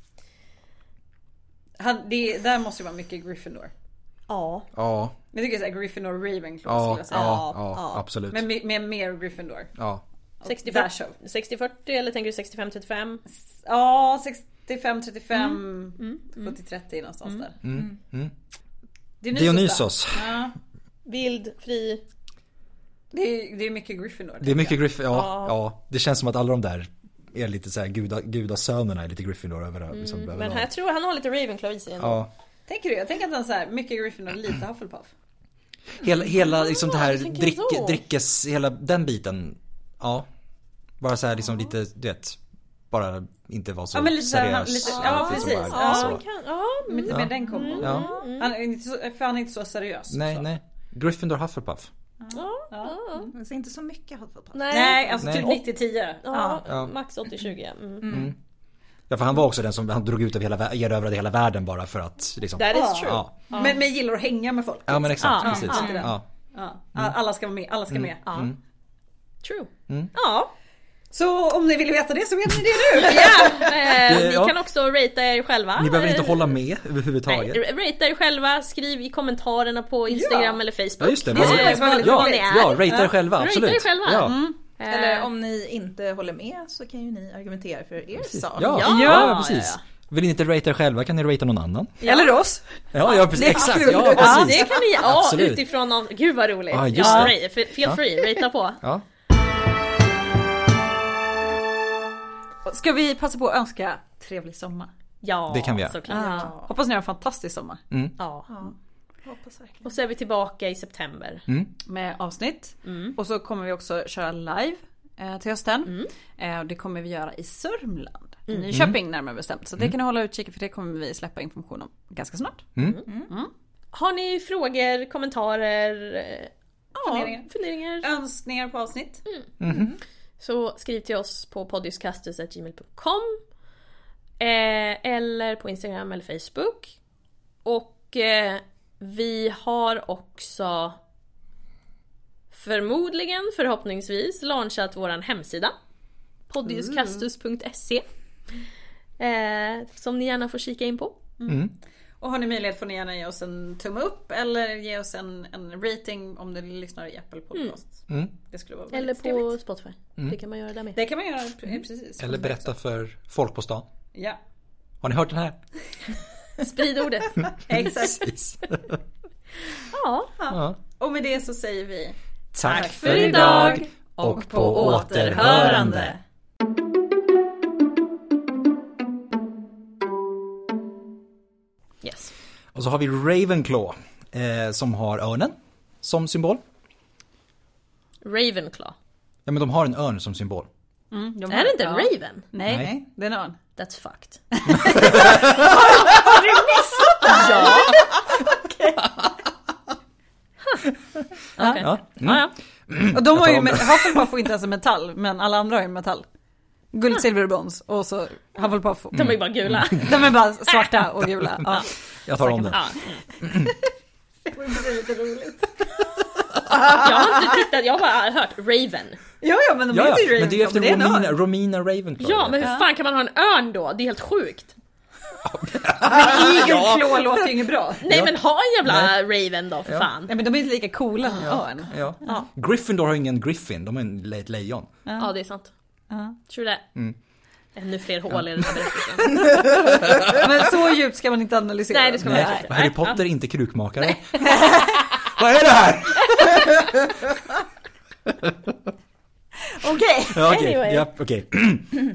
Där måste det vara mycket Gryffindor. Ja. Ja. Jag tycker såhär Gryffindor och Ravenclaw skulle jag säga. Ja, absolut. Men med mer Gryffindor. Ja. 60-40 eller tänker du 65-35? Ja, 65-35, 70-30 någonstans där. Dionysos. Ja. Vild, fri. Det är mycket Gryffindor. Det är mycket Gryffindor, ja. Det känns som att alla de där är lite så här gudasönerna är lite Gryffindor överallt. Men jag tror han har lite Ravenclaw i sig ändå. Ja. Tänker du? Jag tänker att han så här mycket Gryffindor, lite Hufflepuff. Hela liksom det här så. drickes, hela den biten. Ja. Bara så här liksom lite, du vet, bara inte vara så ja, men lite seriös. Så här, ja, precis. Ja, med den kombon. Ja. Han är inte så seriös. Nej. Gryffindor, Hufflepuff. det är inte så mycket Hufflepuff. Nej, alltså typ 90-10. Ja, max 80-20. Ja, för han var också den som han drog ut av erövrade hela världen bara för att liksom. That is true. Ja. Men gillar att hänga med folk. Ja, men exakt, precis. Ja. Alla ska vara med, alla ska med. True. Ja. Så om ni vill veta det så vet ni det nu. Ni kan också ratea er själva. Ni behöver inte hålla med överhuvudtaget. Nej, ratea er själva, skriv i kommentarerna på Instagram eller Facebook. Ja, just det. Ratea er själva, absolut. Ratea er själva. Eller om ni inte håller med så kan ju ni argumentera för er sak. Ja, precis. Vill ni inte ratea er själva kan ni ratea någon annan. Eller oss. Ja, precis. Exakt. Ja, precis. det kan ni utifrån av. Gud vad roligt. Ja, just det. Feel free, ratea på. Ja. Ska vi passa på att önska trevlig sommar? Ja, det kan vi göra. Såklart. Hoppas ni har en fantastisk sommar. Ja. Hoppas verkligen. Och så är vi tillbaka i september. Med avsnitt. Och så kommer vi också köra live till hösten. Det kommer vi göra i Sörmland. I Nyköping närmare bestämt. Så det kan ni hålla utkik för det kommer vi släppa information om ganska snart. Har ni frågor, kommentarer, funderingar? Önskningar på avsnitt. Så skriv till oss på podiuscasters@gmail.com eller på Instagram eller Facebook. Och vi har också förhoppningsvis launchat våran hemsida podiuscastus.se som ni gärna får kika in på. Och har ni möjlighet får ni gärna ge oss en tumme upp eller ge oss en rating om du lyssnar i Apple Podcast. Det skulle vara eller på trevligt. Spotify. Det kan man göra där med. Det kan man göra precis. Eller berätta för folk på stan. Ja. Har ni hört den här? Sprid ordet. Exakt. Ja. Och med det så säger vi tack för idag och på återhörande. Yes. Och så har vi Ravenclaw som har örnen som symbol. Ravenclaw. Ja, men de har en örn som symbol. Är det inte en raven? Nej, det är en örn. That's fucked. Har du missat det? Ja. Okej. Ja. Och de har ju Hufflepuff får inte ens en metall, men alla andra har ju metall. Guld, silver och brons. Och så Hufflepuff. De är ju bara gula. De är bara svarta och gula. Ja. Jag tar om det. Det är lite roligt. Jag har inte tittat, jag har bara hört Raven. Ja, men de heter ju Ravenclaw. Men det är ju efter Romina Ravenclaw. Ja, men hur fan kan man ha en örn då? Det är helt sjukt. Men Eagle låter ju inget bra. Nej, men ha en jävla Raven då, för fan. Nej, men de är inte lika coola som örn. Ja. Gryffindor har ingen Griffin, de är ett lejon. Ja, det är sant. Tror det. Ännu fler hål i den här berättelsen. Men så djupt ska man inte analysera. Nej, det ska man inte. Harry Potter är inte krukmakare. Vad är det här? Okej. Anyway. Okej.